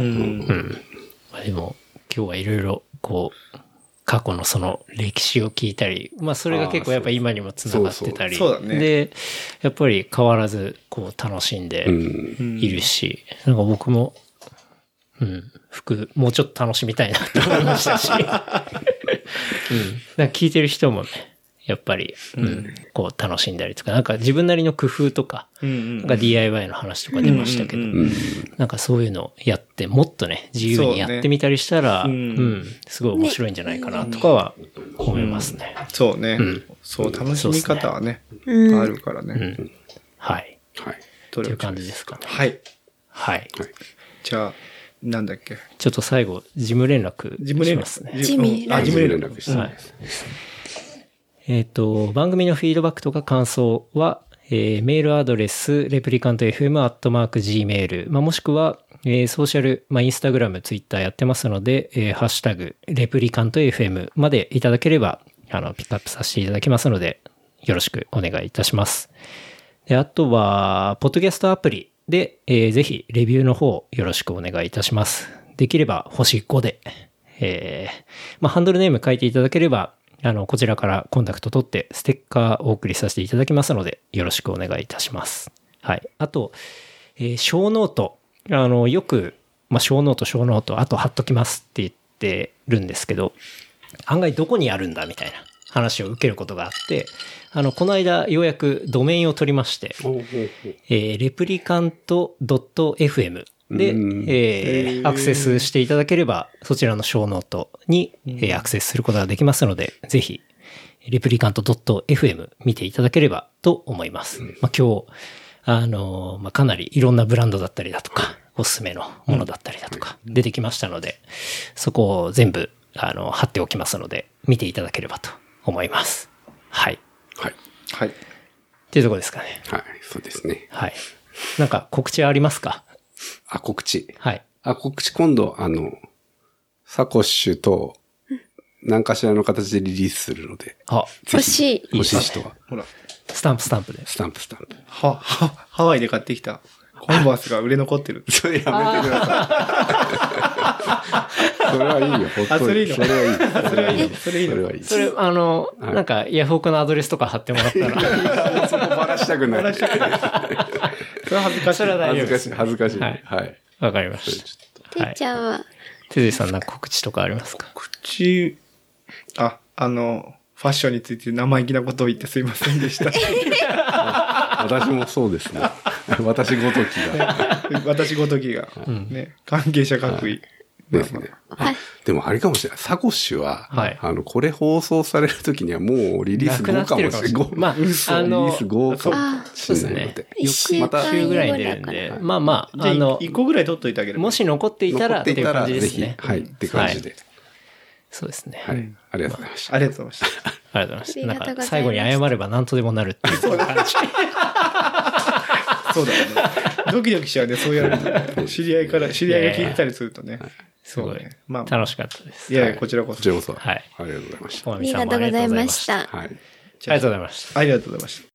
でも、今日はいろいろ、こう、過去のその歴史を聞いたり、まあそれが結構やっぱ今にもつながってたり、で、やっぱり変わらずこう楽しんでいるし、なんか僕も、うん、服もうちょっと楽しみたいなと思いましたし、うん、なんか聞いてる人もね、やっぱり、うん、こう楽しんだりとか、なんか自分なりの工夫とか、なんか ディーアイワイ の話とか出ましたけど、なんかそういうのをやって、もっとね、自由にやってみたりしたら、うね、うん、すごい面白いんじゃないかなとかは思いますね。 うん、そうね、うん。そう、楽しみ方はね、ねあるからね、うん。 はい。はい。という感じですかね。 はい。 はい。 じゃあ、なんだっけ。 ちょっと最後、事務連絡しますね。 事務連絡。 あ、事務連絡して。はい。 えっと、番組のフィードバックとか感想は、えー、メールアドレス、レプリカント エフエム アットマーク Gmail、まあ、もしくは、えー、ソーシャル、まあ、インスタグラム、ツイッターやってますので、えー、ハッシュタグ、レプリカント エフエム までいただければ、あの、ピックアップさせていただきますので、よろしくお願いいたします。で、あとは、ポッドキャストアプリで、えー、ぜひ、レビューの方、よろしくお願いいたします。できれば、星ごで、えー、まあ、ハンドルネーム書いていただければ、あの、こちらからコンタクト取ってステッカーをお送りさせていただきますので、よろしくお願いいたします。はい。あと、えー、小ノート。あの、よく、まあ、小ノート、小ノート、あと貼っときますって言ってるんですけど、案外どこにあるんだみたいな話を受けることがあって、あの、この間ようやくドメインを取りまして、えー、レプリカント .fm で、えー、アクセスしていただければ、そちらの小ノートに、えー、アクセスすることができますので、ぜひ、レプリカント .fm 見ていただければと思います。うん、まあ、今日、あのー、まあ、かなりいろんなブランドだったりだとか、おすすめのものだったりだとか、出てきましたので、そこを全部、あの、貼っておきますので、見ていただければと思います。はい。 はい。 はい。 っていうところですかね。 はい、そうですね。 はい。なんか告知ありますか？ あ、告知。 はい。 あ、告知今度、あの、サコッシュと、何かしらの形でリリースするので。 あ、 欲しい。 欲しい人は。 ほら。 スタンプスタンプで。 スタンプスタンプ。 は、は、ハワイで買ってきた。コンバースが売れ残ってる。 それやめてください。それはいいよ、ほっといて。 あ、それいいの？ それはいい。 それはいいの？それいいの？ それはいい。 それ、あの、はい、なんか、ヤフオクのアドレスとか貼ってもらったら。 そこバラしたくない。バラしたくない。 それは恥ずかしい。 それは大丈夫です。 恥ずかしい。恥ずかしい。はい。はい。 わかりました。 てっちゃんは。 てずいさん、なんか告知とかありますか？ 告知、あ、あの、ファッションについて生意気なことを言ってすいませんでした。 私もそうですね。私ごときが。 私ごときが。ね。関係者各位。 ですね。あ、でもあれかもしれない。サコッシュは、はい、あの、これ放送されるときにはもうリリース後かもしれない。 まあ、 嘘、リリース後かもしれないので。 また週ぐらいに出るんで。まあまあ、あの、 一個ぐらい取っといてあげる。 もし残っていたらっていう感じですね。 はい、って感じで。 そうですね。 はい。ありがとうございました。 ありがとうございました。 ありがとうございました。なんか、最後に謝れば何とでもなるっていう感じ。 そうだよね。ドキドキしちゃうね、そうやると。知り合いから、知り合いが聞いてたりするとね。 すごい。まあ、楽しかったです。 いやいや、こちらこそ。 こちらこそ。 はい。 ありがとうございました。 ありがとうございました。 はい。ありがとうございました。 ありがとうございました。